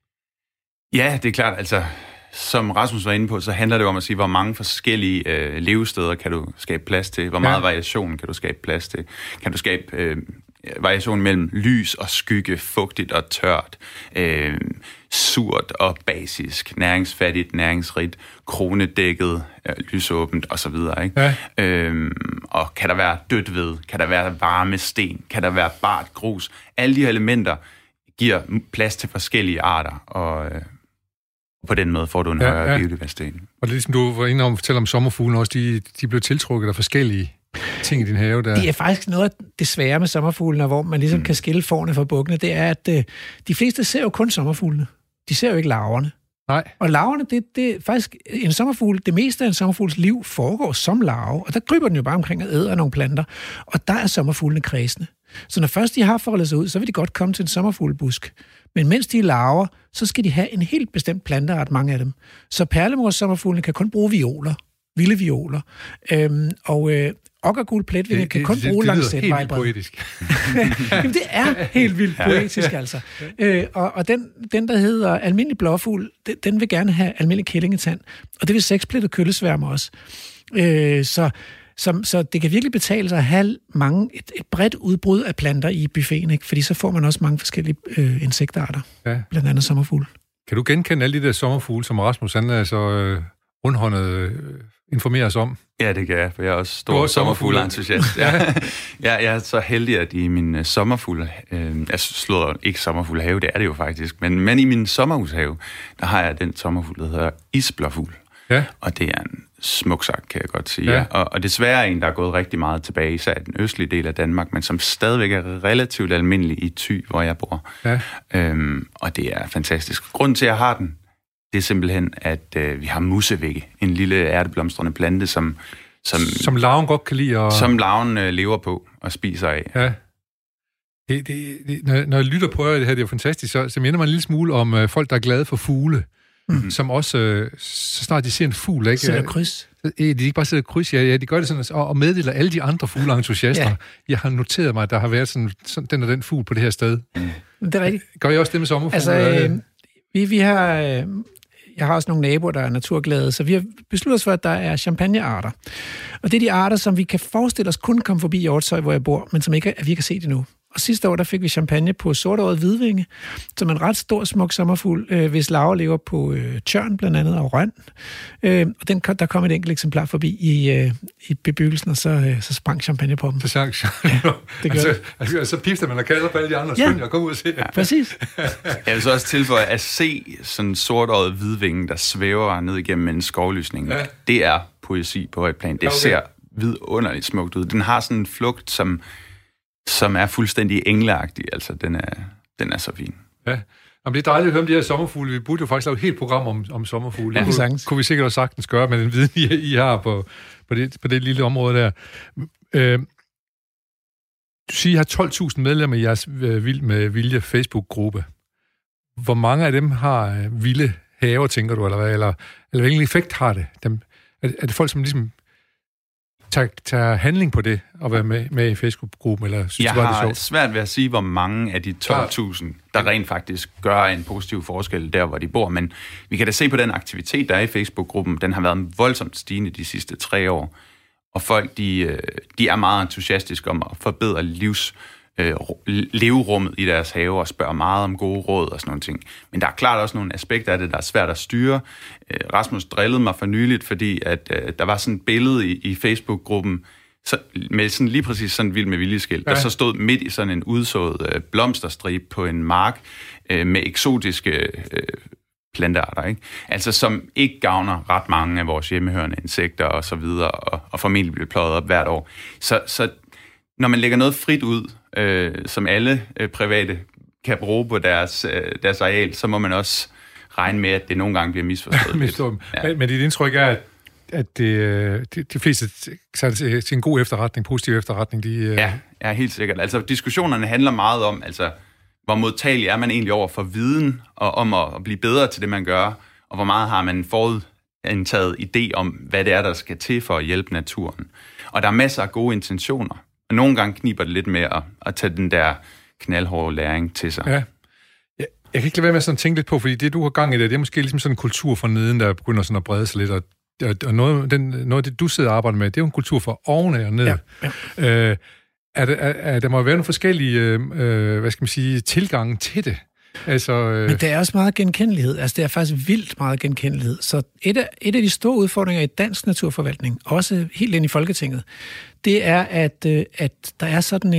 Ja, det er klart, altså som Rasmus var inde på, så handler det om at sige, hvor mange forskellige levesteder kan du skabe plads til, hvor meget variation kan du skabe plads til, kan du skabe variation mellem lys og skygge, fugtigt og tørt, surt og basisk, næringsfattigt, næringsrigt, kronedækket, lysåbent osv. Ja. Og kan der være dødt ved, kan der være varme sten, kan der være bart grus. Alle de her elementer giver plads til forskellige arter, og på den måde får du en højere biodiversitet. Og det er ligesom du var inde om at fortælle om sommerfuglene også, de blev tiltrukket af forskellige ting i din have der. Det er faktisk noget af det svære med sommerfuglene, hvor man ligesom kan skille fårene fra bukkene, det er, at de fleste ser jo kun sommerfuglene. De ser jo ikke larverne. Nej. Og larverne, det er faktisk en sommerfugl, det meste af en sommerfugls liv foregår som larve, og der kryber den jo bare omkring og æder nogle planter, og der er sommerfuglene kredsende. Så når først de har foldet sig ud, så vil de godt komme til en sommerfuglebusk. Men mens de er larver, så skal de have en helt bestemt planteart, mange af dem. Så perlemors sommerfuglene kan kun bruge violer, vilde violer, okkergul pletvinger kan kun bruge lancetvibrede. Det er helt poetisk. Jamen, det er helt vildt poetisk, altså. Og den, der hedder almindelig blåfugl, den vil gerne have almindelig kællingetand, og det vil seksplettet køllesværme også. Så det kan virkelig betale sig at have et bredt udbrud af planter i buffeten, ikke? Fordi så får man også mange forskellige insektarter, blandt andet sommerfugle. Kan du genkende alle de der sommerfugle, som Rasmus han er så rundhåndet informerer os om? Ja, det kan jeg, for jeg er også stor sommerfugleentusiast. Jeg er så heldig, at i min sommerfugle, jeg slår ikke sommerfuglehave, det er det jo faktisk, men i min sommerhushave, der har jeg den sommerfugl, der hedder isblåfugl. Ja. Og det er en smuk sagt, kan jeg godt sige. Ja. Og desværre en, der er gået rigtig meget tilbage, især i den østlige del af Danmark, men som stadigvæk er relativt almindelig i Thy, hvor jeg bor. Ja. Og det er fantastisk. Grunden til, at jeg har den, det er simpelthen, at vi har musevægge. En lille ærteblomstrende plante, som larven godt kan lide. Som larven lever på og spiser af. Ja. Når jeg lytter på det her, det er jo fantastisk, så minder man en lille smule om folk, der er glade for fugle. Mm-hmm. Som også, så snart de ser en fugl, ikke? Sætter kryds. De ikke bare sætter kryds, de gør det sådan, og meddeler alle de andre fugleentusiaster. Ja. Jeg har noteret mig, at der har været sådan den og den fugl på det her sted. Det er rigtigt. Gør I også det med sommerfugle? Altså, vi har... Jeg har også nogle naboer, der er naturglade, så vi har besluttet os for, at der er champagnearter. Og det er de arter, som vi kan forestille os kun komme forbi i Hjortshøj, hvor jeg bor, men som ikke vi kan se det nu. Og sidste år, der fik vi champagne på sortåret hvidvinge, som er en ret stor, smuk sommerfugl, hvis larver lever på tjørn, blandt andet, og røn. Og der kom et enkelt eksemplar forbi i bebyggelsen, og så sprang champagne på dem. Så sang det gør så pifter man og kalder på alle de andre. Ja, og kom ud og se. Præcis. Jeg vil så også tilføje, at se sådan sortåret hvidvinge, der svæver ned igennem en skovlysning, det er poesi på højt plan. Det ser vidunderligt smukt ud. Den har sådan en flugt, som er fuldstændig engleagtig. Altså, den er så fin. Ja. Jamen, det er dejligt at høre om de her sommerfugle. Vi burde jo faktisk lave et helt program om sommerfugle. Ja, det kunne vi sikkert også sagtens gøre med den viden, I har på det lille område der. Du siger, I har 12.000 medlemmer i jeres Vild med Vilje Facebook-gruppe. Hvor mange af dem har vilde haver, tænker du, eller hvad? Eller hvilken effekt har det? Er det folk, som ligesom tager handling på det, og være med i Facebook-gruppen, eller synes jeg det var har det svært ved at sige, hvor mange af de 12.000, der rent faktisk gør en positiv forskel der, hvor de bor, men vi kan da se på den aktivitet, der er i Facebook-gruppen, den har været voldsomt stigende de sidste 3 år, og folk, de er meget entusiastiske om at forbedre leverummet i deres have og spørger meget om gode råd og sådan nogle ting. Men der er klart også nogle aspekter af det, der er svært at styre. Rasmus drillede mig for nyligt, fordi at der var sådan et billede i Facebook-gruppen med sådan lige præcis sådan Vild med Vilje-skilt, der så stod midt i sådan en udsået blomsterstrip på en mark med eksotiske plantearter, ikke? Altså som ikke gavner ret mange af vores hjemmehørende insekter og så videre, og formentlig bliver pløjet op hvert år. Så når man lægger noget frit ud, som alle private kan bruge på deres areal, så må man også regne med, at det nogle gange bliver misforstået. Ja. Men dit indtryk er, at de fleste tager til en god efterretning, positiv efterretning. Ja, helt sikkert. Altså diskussionerne handler meget om, altså hvor modtagelig er man egentlig over for viden, og om at blive bedre til det, man gør, og hvor meget har man forudindtaget idé om, hvad det er, der skal til for at hjælpe naturen. Og der er masser af gode intentioner. Og nogle gange kniber det lidt med at tage den der knaldhårde læring til sig. Ja. Jeg kan ikke lade være med at sådan tænke lidt på, fordi det, du har gang i det er måske ligesom sådan en kultur fra neden, der begynder sådan at brede sig lidt, og noget af det, du sidder og arbejder med, det er jo en kultur fra oven og ned. Ja. Der må være nogle forskellige, tilgange til det. Altså, Men der er også meget genkendelighed. Altså, det er faktisk vildt meget genkendelighed. Så et af de store udfordringer i dansk naturforvaltning, også helt ind i Folketinget, det er, at der er sådan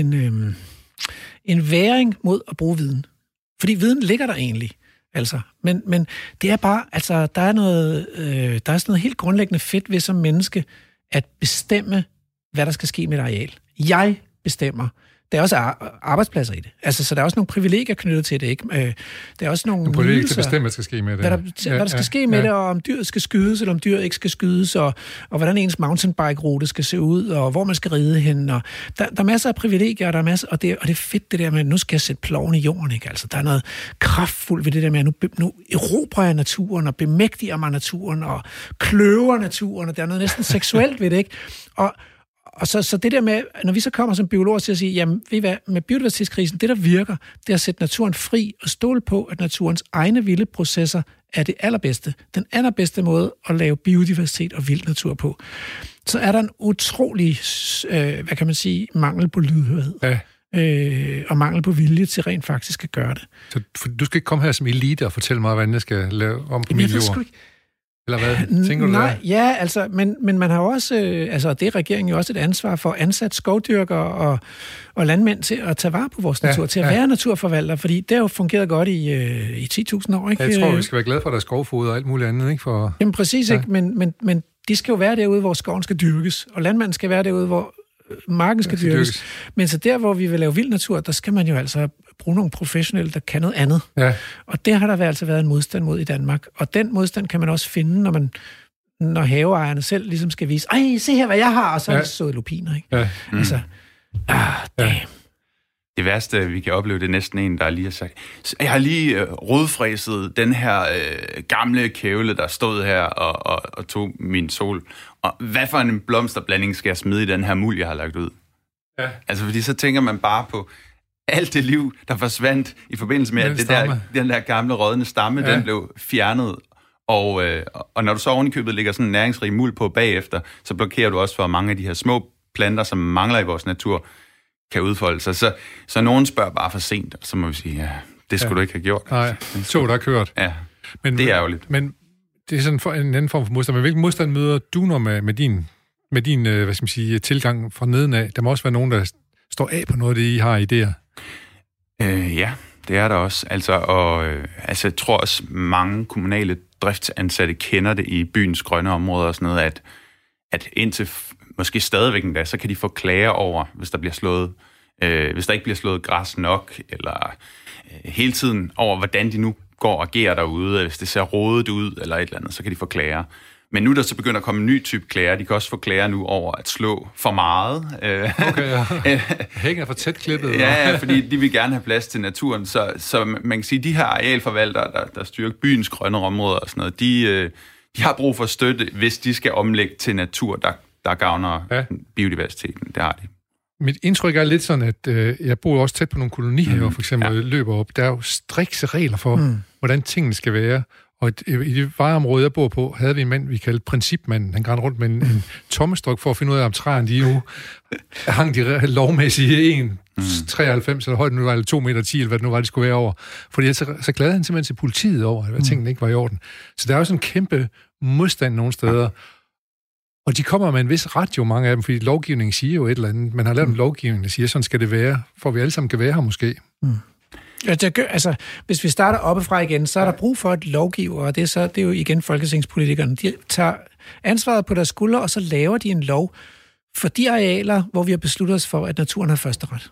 en væring mod at bruge viden. Fordi viden ligger der egentlig. Altså, men det er bare, altså, der er sådan noget helt grundlæggende fedt ved som menneske at bestemme, hvad der skal ske med et areal. Jeg bestemmer. Der er også arbejdspladser i det. Altså, så der er også nogle privilegier knyttet til det, ikke? Der er også nogle privilegier til at bestemme, hvad der skal ske med det. Hvad der skal ske med det, og om dyret skal skydes, eller om dyret ikke skal skydes, og hvordan ens mountainbike-rute skal se ud, og hvor man skal ride hen. Og der er masser af privilegier, og det er fedt det der med, at nu skal jeg sætte ploven i jorden, ikke? Altså, der er noget kraftfuldt ved det der med, at nu erobrer jeg naturen, og bemægtiger mig naturen, og kløver naturen, og der er noget næsten seksuelt ved det, ikke? Og så det der med, når vi så kommer som biologer til at sige, jamen, ved I hvad, med biodiversitetskrisen, det der virker, det er at sætte naturen fri og stole på, at naturens egne vilde processer er det allerbedste. Den allerbedste måde at lave biodiversitet og vild natur på. Så er der en utrolig, mangel på lydhørhed. Ja. Og mangel på vilje til rent faktisk at gøre det. Så du skal ikke komme her som elite og fortælle mig, hvordan jeg skal lave om på min jord? Eller hvad? Tænker du nej, det? Ja, altså, men man har jo også, det er regeringen jo også et ansvar for at ansætte skovdyrkere og landmænd til at tage vare på vores natur, til at være naturforvaltere, fordi det har jo fungeret godt i 10.000 år, ikke? Jeg tror, vi skal være glade for, at der er skovfod og alt muligt andet, ikke? Jamen præcis, ikke? Men de skal jo være derude, hvor skoven skal dyrkes, og landmanden skal være derude, hvor marken skal dyrkes. Men så der, hvor vi vil lave vild natur, der skal man jo altså bruge nogle professionelle, der kan noget andet. Ja. Og det har der altså været en modstand mod i Danmark. Og den modstand kan man også finde, når haveejerne selv ligesom skal vise, ej, se her, hvad jeg har, og så er det sået lupiner, ikke? Ja. Altså, Det værste, vi kan opleve, det er næsten en, der lige har sagt, jeg har lige rodfræset den her gamle kævle, der stod her og tog min sol. Og hvad for en blomsterblanding skal jeg smide i den her muld, jeg har lagt ud? Ja. Altså, fordi så tænker man bare på alt det liv, der forsvandt i forbindelse med, at den der gamle rådne stamme, den blev fjernet. Og når du så ovenikøbet lægger sådan en næringsrig muld på bagefter, så blokerer du også for mange af de her små planter, som mangler i vores natur, kan udfolde sig. Så nogen spørger bare for sent, og så må vi sige, ja, det skulle du ikke have gjort. Nej, tog der kørt. Ja, men, det er ærgerligt. Men det er sådan en anden form for modstand. Men hvilken modstand møder du når med din hvad skal man sige, tilgang fra nedenad? Der må også være nogen, der står af på noget af det, I har idéer. Ja, det er der også. Altså, jeg tror også, mange kommunale driftsansatte kender det i byens grønne områder og sådan noget, at indtil måske stadigvæk endda, så kan de få klager over, hvis der ikke bliver slået græs nok, eller hele tiden over, hvordan de nu går og agerer derude. Hvis det ser rodet ud, eller et eller andet, så kan de få klager. Men nu er der så begyndt at komme en ny type klager. De kan også få klager nu over at slå for meget. Okay, ja. Hænger for tæt klippet. Ja, fordi de vil gerne have plads til naturen. Så man kan sige, at de her arealforvaltere, der styrer byens grønne områder og sådan noget, de har brug for støtte, hvis de skal omlægge til natur, der gavner biodiversiteten. Det har de. Mit indtryk er lidt sådan, at jeg bor også tæt på nogle kolonihaver, for eksempel, løber op. Der er jo strikse regler for, hvordan tingene skal være. Og i det vejområde, jeg bor på, havde vi en mand, vi kaldte principmanden. Han gik rundt med en tommestok for at finde ud af, om træerne de nu hang de lovmæssige 1,93 eller højden nu var, eller 2,10 meter, eller hvad det nu var, de skulle være over. Fordi så glædede han simpelthen til politiet over, at tingene ikke var i orden. Så der er jo sådan en kæmpe modstand nogle steder. Og de kommer med en vis ret, jo mange af dem, fordi lovgivningen siger jo et eller andet. Man har lavet en lovgivning, der siger, sådan skal det være, for vi alle sammen kan være her måske. Altså, hvis vi starter oppefra igen, så er der brug for et lovgiver, og det er jo igen folketingspolitikerne. De tager ansvaret på deres skuldre, og så laver de en lov for de arealer, hvor vi har besluttet os for, at naturen har førsteret.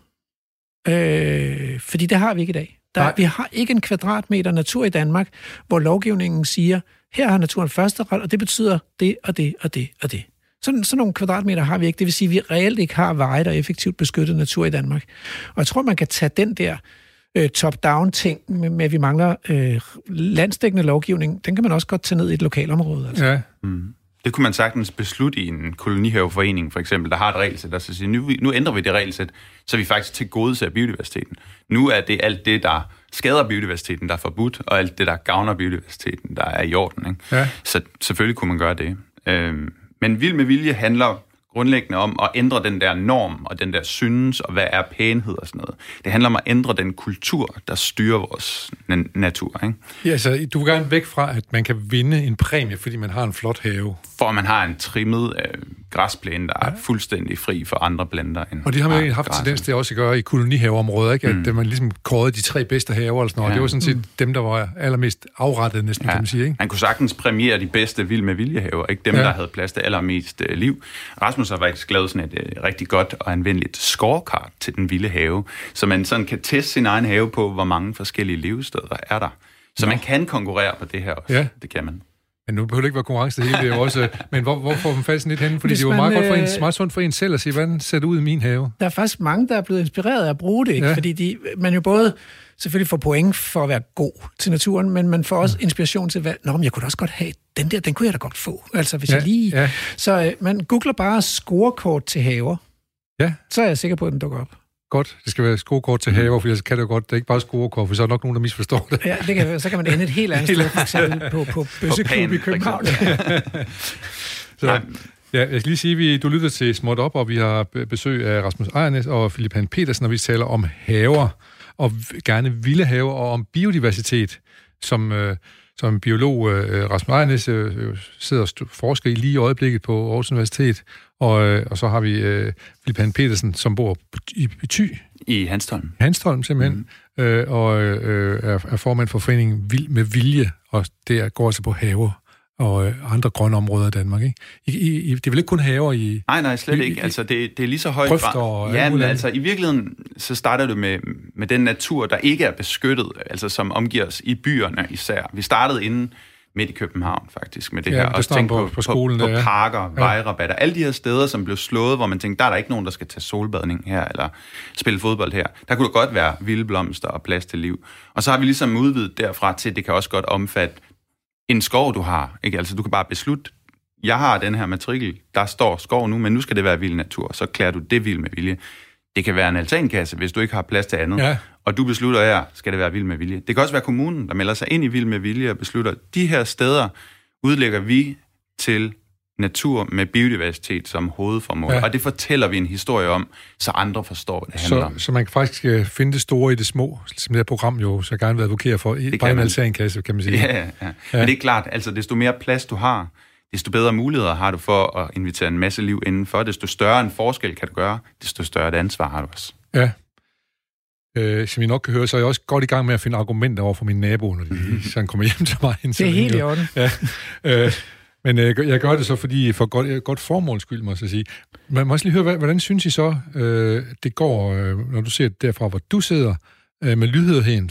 Fordi det har vi ikke i dag. Vi har ikke en kvadratmeter natur i Danmark, hvor lovgivningen siger, her har naturen førsteret, og det betyder det og det og det og det. Sådan nogle kvadratmeter har vi ikke. Det vil sige, at vi reelt ikke har vejet og effektivt beskyttet natur i Danmark. Og jeg tror, man kan tage den der top-down-ting med, at vi mangler landsdækkende lovgivning, den kan man også godt tage ned i et lokalområde. Altså. Ja. Det kunne man sagtens beslutte i en kolonihaveforening, for eksempel, der har et regelsæt, der siger, nu ændrer vi det regelsæt, så vi faktisk tilgodeser biodiversiteten. Nu er det alt det, der skader biodiversiteten, der er forbudt, og alt det, der gavner biodiversiteten, der er i orden. Ikke? Ja. Så selvfølgelig kunne man gøre det. Men Vild med Vilje handler grundlæggende om at ændre den der norm, og den der synes, og hvad er pænhed og sådan noget. Det handler om at ændre den kultur, der styrer vores natur. Ikke? Ja, altså, du vil gerne væk fra, at man kan vinde en præmie, fordi man har en flot have. For man har en trimmet græsplæne, der er fuldstændig fri for andre planter. Og det har man jo haft tendens til også at gøre i kolonihaveområder, ikke? At man ligesom kårede de 3 bedste haver, eller sådan noget. Ja. Det var sådan set dem, der var allermest afrettet, næsten, kan man sige. Ikke? Man kunne sagtens præmiere de bedste Vild med Vilje-haver, ikke dem, der havde plads til allermest liv. Rasmus har faktisk lavet sådan et rigtig godt og anvendeligt scorecard til den vilde have, så man sådan kan teste sin egen have på, hvor mange forskellige levesteder er der. Så man kan konkurrere på det her også. Ja. Det kan man. Men nu behøver det ikke være konkurrence det hele, det er også. Men hvor får man fast sådan lidt henne? Fordi det er jo meget godt for en, meget sundt for en selv at sige, hvordan ser det ud i min have? Der er faktisk mange, der er blevet inspireret af at bruge det, ikke? Ja. Fordi man jo både selvfølgelig får point for at være god til naturen, men man får også inspiration til, men jeg kunne da også godt have den kunne jeg da godt få. Altså hvis jeg lige... Ja. Så man googler bare scorekort til haver. Ja. Så er jeg sikker på, at den dukker op. Godt, det skal være scorekort til haver, for så kan det jo godt, det er ikke bare scorekort, for så er der nok nogen, der misforstår det. Ja, så kan man ende et helt andet sted, for eksempel på Bøsseklub i København. Så, jeg skal lige sige, du lytter til Småt Op, og vi har besøg af Rasmus Ejernes og Philip Han Petersen, og vi taler om haver, og gerne vilde haver, og om biodiversitet, som biolog Rasmus Ejernes sidder og forsker i lige i øjeblikket på Aarhus Universitet, og så har vi Philip Han Petersen, som bor i Thy. I Hanstholm. Hanstholm, simpelthen. Og er formand for foreningen Vild med Vilje, og det går altså på haver og andre grønne områder i Danmark, ikke? Det er vel ikke kun haver i... Nej, slet ikke. Altså, det er lige så højt... Ja, men altså, i virkeligheden, så starter du med den natur, der ikke er beskyttet, altså som omgiver os i byerne især. Vi startede inden midt i København, faktisk, med det her. Og tænkte på skolen, på parker, vejrabatter, alle de her steder, som blev slået, hvor man tænkte, der er ikke nogen, der skal tage solbadning her, eller spille fodbold her. Der kunne det godt være vilde blomster og plads til liv. Og så har vi ligesom udvidet derfra til, det kan også godt omfatte en skov, du har. Ikke? Altså, du kan bare beslutte, jeg har den her matrikel, der står skov nu, men nu skal det være vild natur, så klæder du det vild med vilje. Det kan være en altankasse, hvis du ikke har plads til andet. Ja. Og du beslutter, her skal det være vild med vilje. Det kan også være kommunen, der melder sig ind i vild med vilje og beslutter, de her steder udlægger vi til natur med biodiversitet som hovedformål. Ja. Og det fortæller vi en historie om, så andre forstår, hvad det handler om. Så man kan faktisk finde det store i det små, som det her program jo så gerne vil advokere for, bare en altankasse, kan man sige. Ja. Men det er klart, altså desto mere plads du har, desto bedre muligheder har du for at invitere en masse liv indenfor. Desto større en forskel kan du gøre, desto større et ansvar har du også. Ja. Som I nok kan høre, så er jeg også godt i gang med at finde argumenter over for mine naboer, når de sådan kommer hjem til mig. Det er helt i orden. Ja. Men jeg gør det så, fordi for godt formåls skyld, må jeg så sige. Man må også lige høre, hvordan synes I så, det går, når du ser det derfra, hvor du sidder, med lydhørheden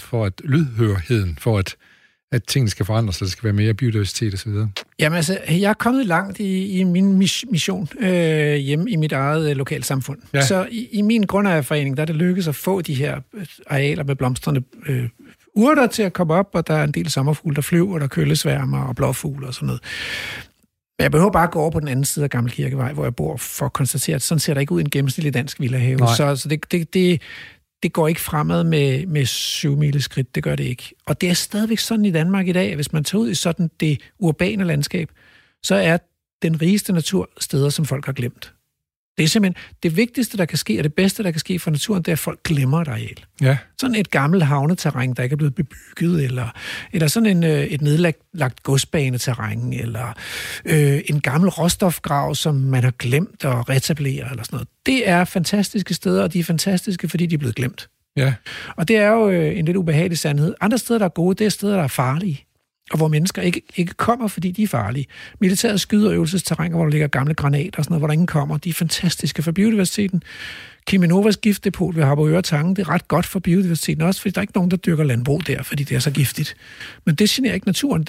for at tingene skal forandres, så der skal være mere biodiversitet osv.? Jamen altså, jeg er kommet langt i min mission hjemme i mit eget lokalsamfund. Ja. Så i min grundejerforening, der er det lykkedes at få de her arealer med blomstrende urter til at komme op, og der er en del sommerfugle, der flyver, der køllesværmer og blåfugle og sådan noget. Men jeg behøver bare at gå over på den anden side af Gammel Kirkevej, hvor jeg bor, for at konstatere, at sådan ser der ikke ud i en gennemsnitlig dansk villahave. Så det går ikke fremad med 7 mileskridt, det gør det ikke. Og det er stadigvæk sådan i Danmark i dag, at hvis man tager ud i sådan det urbane landskab, så er den rigeste natur steder, som folk har glemt. Det er simpelthen det vigtigste, der kan ske, og det bedste, der kan ske for naturen, det er, at folk glemmer et areal. Ja. Sådan et gammelt havneterræn, der ikke er blevet bebygget, eller sådan et nedlagt godsbaneterræn, eller en gammel råstofgrav, som man har glemt at reetablere, eller sådan noget. Det er fantastiske steder, og de er fantastiske, fordi de er blevet glemt. Ja. Og det er jo en lidt ubehagelig sandhed. Andre steder, der er gode, det er steder, der er farlige, og hvor mennesker ikke kommer, fordi de er farlige. Militæret skyder øvelsesterræner, hvor der ligger gamle granater og sådan noget, hvor der ingen kommer. De er fantastiske for biodiversiteten. Cheminovas giftdepot ved Harboøre Tange, det er ret godt for biodiversiteten også, fordi der er ikke nogen, der dyrker landbrug der, fordi det er så giftigt. Men det generer ikke naturen.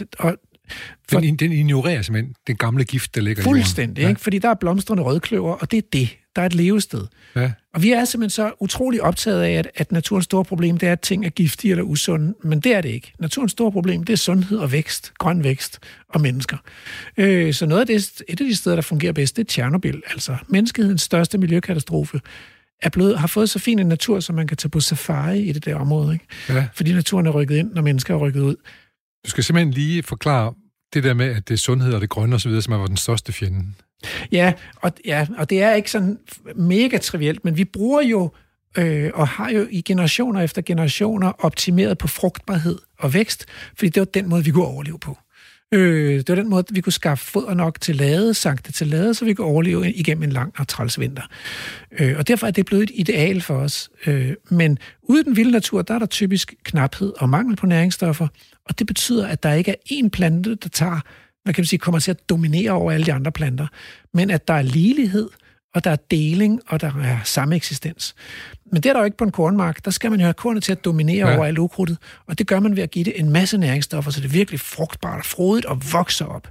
Den ignorerer simpelthen den gamle gift, der ligger i jorden. Fuldstændig, ikke? Fordi der er blomstrende rødkløver, og det er det. Der er et levested. Ja. Og vi er simpelthen så utrolig optaget af, at naturens store problem, det er, at ting er giftige eller usunde, men det er det ikke. Naturens store problem, det er sundhed og vækst, grøn vækst og mennesker. Så noget af det, et af de steder, der fungerer bedst, det er Tjernobyl. Altså menneskehedens største miljøkatastrofe har fået så fin en natur, som man kan tage på safari i det der område. Ikke? Ja. Fordi naturen er rykket ind, når mennesker er rykket ud. Du skal simpelthen lige forklare det der med, at det er sundhed og det grønne osv., som var den største fjende. Ja, og det er ikke sådan mega trivielt, men vi bruger jo og har jo i generationer efter generationer optimeret på frugtbarhed og vækst, fordi det var den måde, vi kunne overleve på. Det var den måde, vi kunne skaffe foder nok til lade, sankte til lade, så vi kunne overleve igennem en lang og træls vinter. Og derfor er det blevet et ideal for os. Men ude i den vilde natur, der er der typisk knaphed og mangel på næringsstoffer, og det betyder, at der ikke er én plante, der tager, hvad kan man sige, kommer til at dominere over alle de andre planter, men at der er ligelighed, og der er deling, og der er samme eksistens. Men det er der jo ikke på en kornmark. Der skal man jo have kornet til at dominere over alt ukrudtet, og det gør man ved at give det en masse næringsstoffer, så det er virkelig frugtbart og frodigt og vokser op.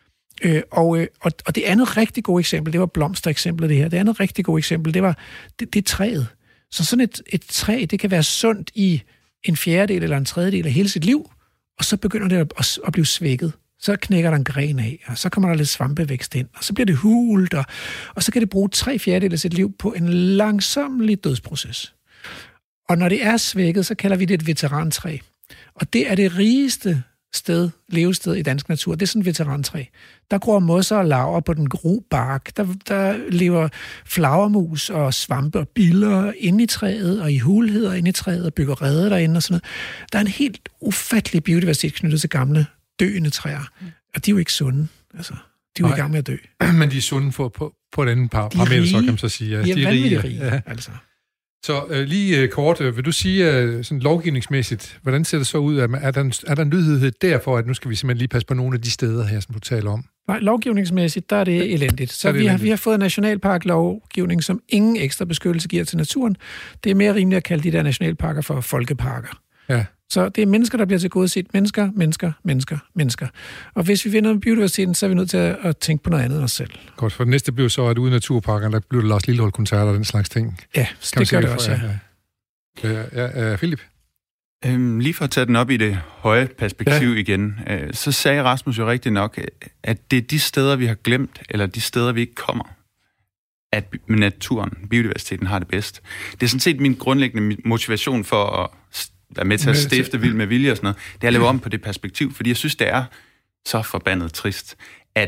Og det andet rigtig gode eksempel, det var blomstereksemplet det her. Det andet rigtig gode eksempel, det var det træet. Så sådan et træ, det kan være sundt i en fjerdedel eller en tredjedel af hele sit liv, og så begynder det at blive svækket. Så knækker der en gren af, og så kommer der lidt svampevækst ind, og så bliver det hult, og så kan det bruge 3/4 af sit liv på en langsomlig dødsproces. Og når det er svækket, så kalder vi det et veterantræ. Og det er det rigeste levested i dansk natur. Det er sådan et veterantræ. Der gror mosser og laver på den gro bark. Der lever flagermus og svampe og biller inde i træet, og i hulheder inde i træet, og bygger reder derinde og sådan noget. Der er en helt ufattelig biodiversitet knyttet til gamle døende træer. Og de er jo ikke sunde. Altså, de er jo i gang med at dø. Men de er sunde på et andet parameter, så kan man så sige. Ja, de er vanvittigt rige, ja. Altså. Så lige kort, vil du sige sådan lovgivningsmæssigt, hvordan ser det så ud? Er der en lydhedhed derfor, at nu skal vi simpelthen lige passe på nogle af de steder her, som du taler om? Nej, lovgivningsmæssigt, der er det elendigt. Så vi har fået nationalparklovgivning, som ingen ekstra beskyttelse giver til naturen. Det er mere rimeligt at kalde de der nationalparker for folkeparker. Ja. Så det er mennesker, der bliver tilgodeset. Mennesker. Og hvis vi vinder med biodiversiteten, så er vi nødt til at tænke på noget andet end os selv. Godt, for det næste bliver så, at ude i naturparkerne, der bliver der Lars Lillehold-koncerter og den slags ting. Ja, det gør det også, ja. Philip? Lige for at tage den op i det høje perspektiv igen, så sagde Rasmus jo rigtig nok, at det er de steder, vi har glemt, eller de steder, vi ikke kommer, at naturen, biodiversiteten har det bedst. Det er sådan set min grundlæggende motivation for at være med til at stifte Vild med Vilje og sådan noget, det er at leve om på det perspektiv, fordi jeg synes, det er så forbandet trist, at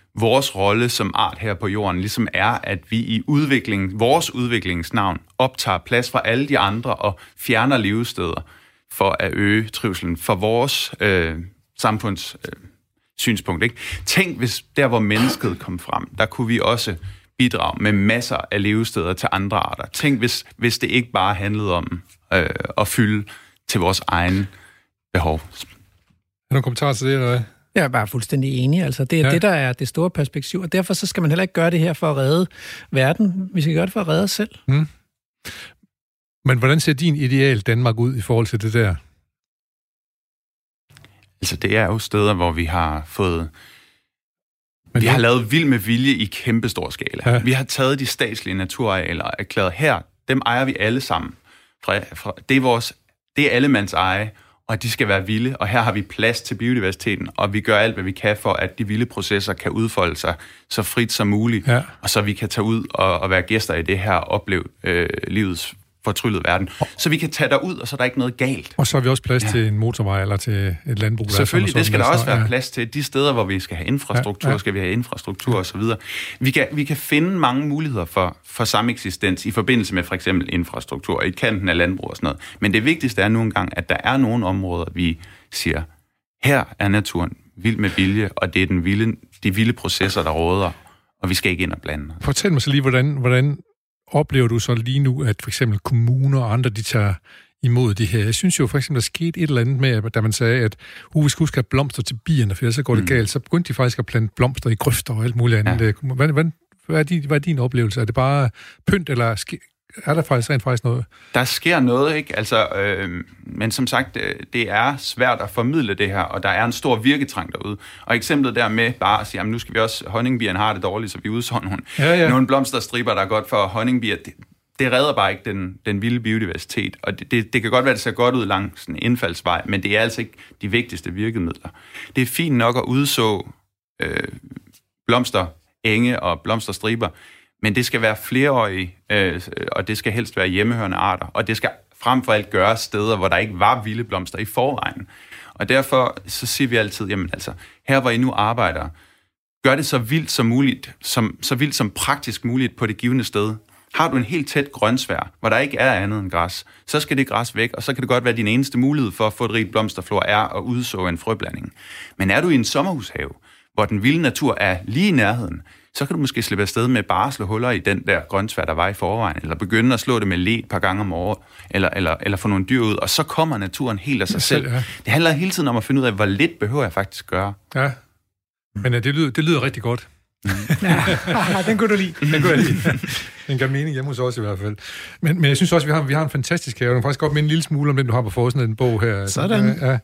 vores rolle som art her på jorden ligesom er, at vi i vores udviklingsnavn optager plads fra alle de andre og fjerner levesteder for at øge trivselen for vores samfunds synspunkt. Ikke? Tænk, hvis der, hvor mennesket kom frem, der kunne vi også bidrage med masser af levesteder til andre arter. Tænk, hvis det ikke bare handlede om at fylde til vores egen behov. Er der nogle kommentarer til det, eller hvad? Jeg er bare fuldstændig enig. Altså, det er det, der er det store perspektiv, og derfor så skal man heller ikke gøre det her for at redde verden. Vi skal gøre det for at redde os selv. Mm. Men hvordan ser din ideal Danmark ud i forhold til det der? Altså, det er jo steder, hvor vi har fået... Vi har lavet vild med vilje i kæmpestor skala. Ja. Vi har taget de statslige naturarealer og erklæret her, dem ejer vi alle sammen. Det er allemands eje, og de skal være vilde, og her har vi plads til biodiversiteten, og vi gør alt, hvad vi kan for, at de vilde processer kan udfolde sig så frit som muligt, og så vi kan tage ud og være gæster i det her og opleve livets fortryllede verden. Så vi kan tage derud, og så er der ikke noget galt. Og så har vi også plads til en motorvej eller til et landbrug. Selvfølgelig, det skal der også være plads til. De steder, hvor vi skal have infrastruktur, skal vi have infrastruktur osv. Vi kan finde mange muligheder for sameksistens i forbindelse med for eksempel infrastruktur i kanten af landbrug og sådan noget. Men det vigtigste er nu engang, at der er nogle områder, vi siger, her er naturen vild med vilje, og det er de vilde processer, der råder, og vi skal ikke ind og blande. Fortæl mig så lige, hvordan oplever du så lige nu, at for eksempel kommuner og andre, de tager imod det her? Jeg synes jo for eksempel, der skete et eller andet med, da man sagde, at vi skal huske at have blomster til bierne, for så går det galt. Så begyndte de faktisk at plante blomster i grøfter og alt muligt andet. Ja. Hvad er din oplevelse? Er det bare pynt, eller er der rent faktisk noget? Der sker noget, ikke? Altså, men som sagt, det er svært at formidle det her, og der er en stor virketrang derude. Og eksemplet der med bare at sige, jamen nu skal vi også, honningbierne har det dårligt, så vi udsår nogle blomsterstriber, der er godt for honningbier. Det redder bare ikke den vilde biodiversitet, og det kan godt være, det ser godt ud langs en indfaldsvej, men det er altså ikke de vigtigste virkemidler. Det er fint nok at udså blomsterenge og blomsterstriber, men det skal være flereårige, og det skal helst være hjemmehørende arter, og det skal frem for alt gøres steder, hvor der ikke var vilde blomster i forvejen. Og derfor så siger vi altid, jamen altså, her hvor I nu arbejder, gør det så vildt som muligt, så vildt som praktisk muligt på det givne sted. Har du en helt tæt grønsvær, hvor der ikke er andet end græs, så skal det græs væk, og så kan det godt være, at din eneste mulighed for at få et rigt blomsterflor er at udså en frøblanding. Men er du i en sommerhushave, hvor den vilde natur er lige i nærheden, så kan du måske slippe afsted med bare at slå huller i den der grønsvær, der var i forvejen, eller begynde at slå det med led et par gange om året, eller få nogle dyr ud, og så kommer naturen helt af sig selv. Ja. Det handler hele tiden om at finde ud af, hvor lidt behøver jeg faktisk gøre. Ja, men det lyder rigtig godt. Ja, den kunne du lide. Den kunne jeg lide. Den gav mening hjemme hos os i hvert fald. Men jeg synes også, at vi har en fantastisk have. Du kan faktisk godt minde en lille smule om den, du har på forsiden af den bog her. Sådan.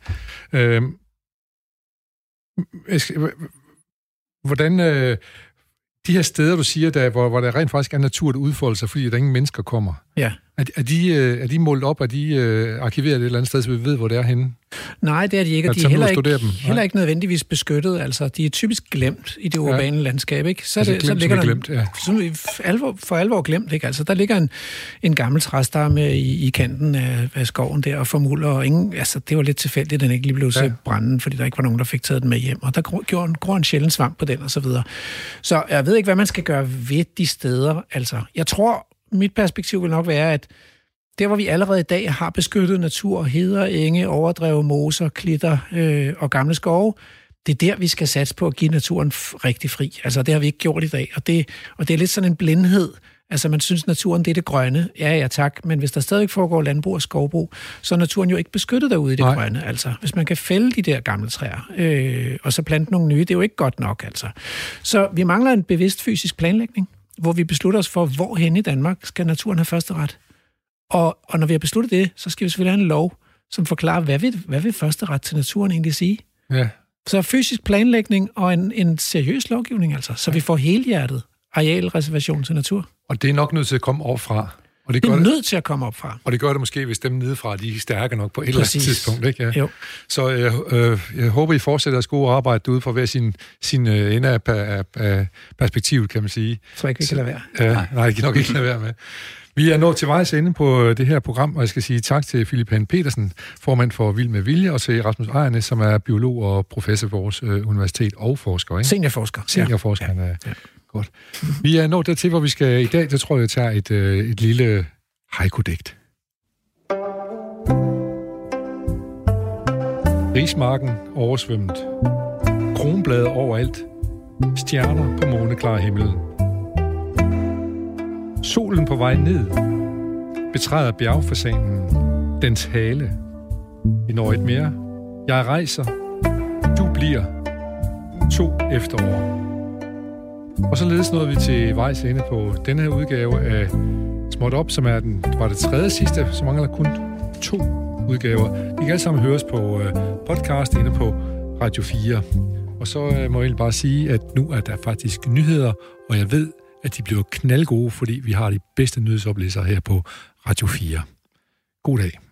Hvordan... de her steder, du siger, hvor der rent faktisk er natur, der udfolder sig, fordi der ingen mennesker kommer. Ja. Er de målt op, er de arkiveret et eller andet sted, så vi ved, hvor det er henne? Nej, det er de ikke, og de er heller ikke nødvendigvis beskyttet. Altså, de er typisk glemt i det urbane landskab, ikke? Så ligger der for alvor glemt, ikke? Altså, der ligger en gammel træstamme i kanten af skoven der og formulder, og det var lidt tilfældigt, at den ikke lige blev til branden, fordi der ikke var nogen, der fik taget den med hjem, og der gror en sjælden svamp på den, og så videre. Så jeg ved ikke, hvad man skal gøre ved de steder. Altså, jeg tror, mit perspektiv vil nok være, at der, hvor vi allerede i dag har beskyttet natur, heder, enge, overdrev, moser, klitter og gamle skove, det er der, vi skal satse på at give naturen rigtig fri. Altså, det har vi ikke gjort i dag. Og det er lidt sådan en blindhed. Altså, man synes, naturen det er det grønne. Ja, tak. Men hvis der stadig foregår landbrug og skovbrug, så er naturen jo ikke beskyttet derude i det grønne. Altså, hvis man kan fælde de der gamle træer, og så plante nogle nye, det er jo ikke godt nok, altså. Så vi mangler en bevidst fysisk planlægning, hvor vi beslutter os for, hvorhen i Danmark skal naturen have første ret. Og når vi har besluttet det, så skal vi selvfølgelig have en lov, som forklarer, hvad vil første ret til naturen egentlig sige? Ja. Så fysisk planlægning og en seriøs lovgivning, altså, så vi får helhjertet arealreservation til natur. Og det er nok nødt til at komme opfra. Og det er nødt til at komme opfra. Og det gør det måske, hvis dem nedefra, de er stærke nok på et eller andet tidspunkt. Ikke? Ja. Jo. Så jeg håber, I fortsætter at gode arbejde derude for hver sin ende af perspektivet, kan man sige. Jeg tror ikke, vi kan lade være. Nej, det kan nok ikke lade være med. Vi er nået til vejs ende på det her program, og jeg skal sige tak til Philip Hahn Petersen, formand for Vild med Vilje, og til Rasmus Ejernes, som er biolog og professor på vores universitet og forsker. Ikke? Seniorforsker. Ja. Godt. Vi er nået dertil, hvor vi skal i dag, det tror jeg, tager et lille haiku-digt. Rismarken oversvømmet. Kronblade overalt. Stjerner på måneklar himmel. Solen på vej ned. Betræder bjergfasanen. Dens hale. Vi når et mere. Jeg rejser. Du bliver. 2 efterår. Og således nåede vi til vejs ende på denne her udgave af Småt Op, som er var det tredje sidste, så mangler der kun 2 udgaver. De kan alle sammen høres på podcast inde på Radio 4. Og så må jeg egentlig bare sige, at nu er der faktisk nyheder, og jeg ved, at de bliver knaldgode, fordi vi har de bedste nyhedsoplæsere her på Radio 4. God dag.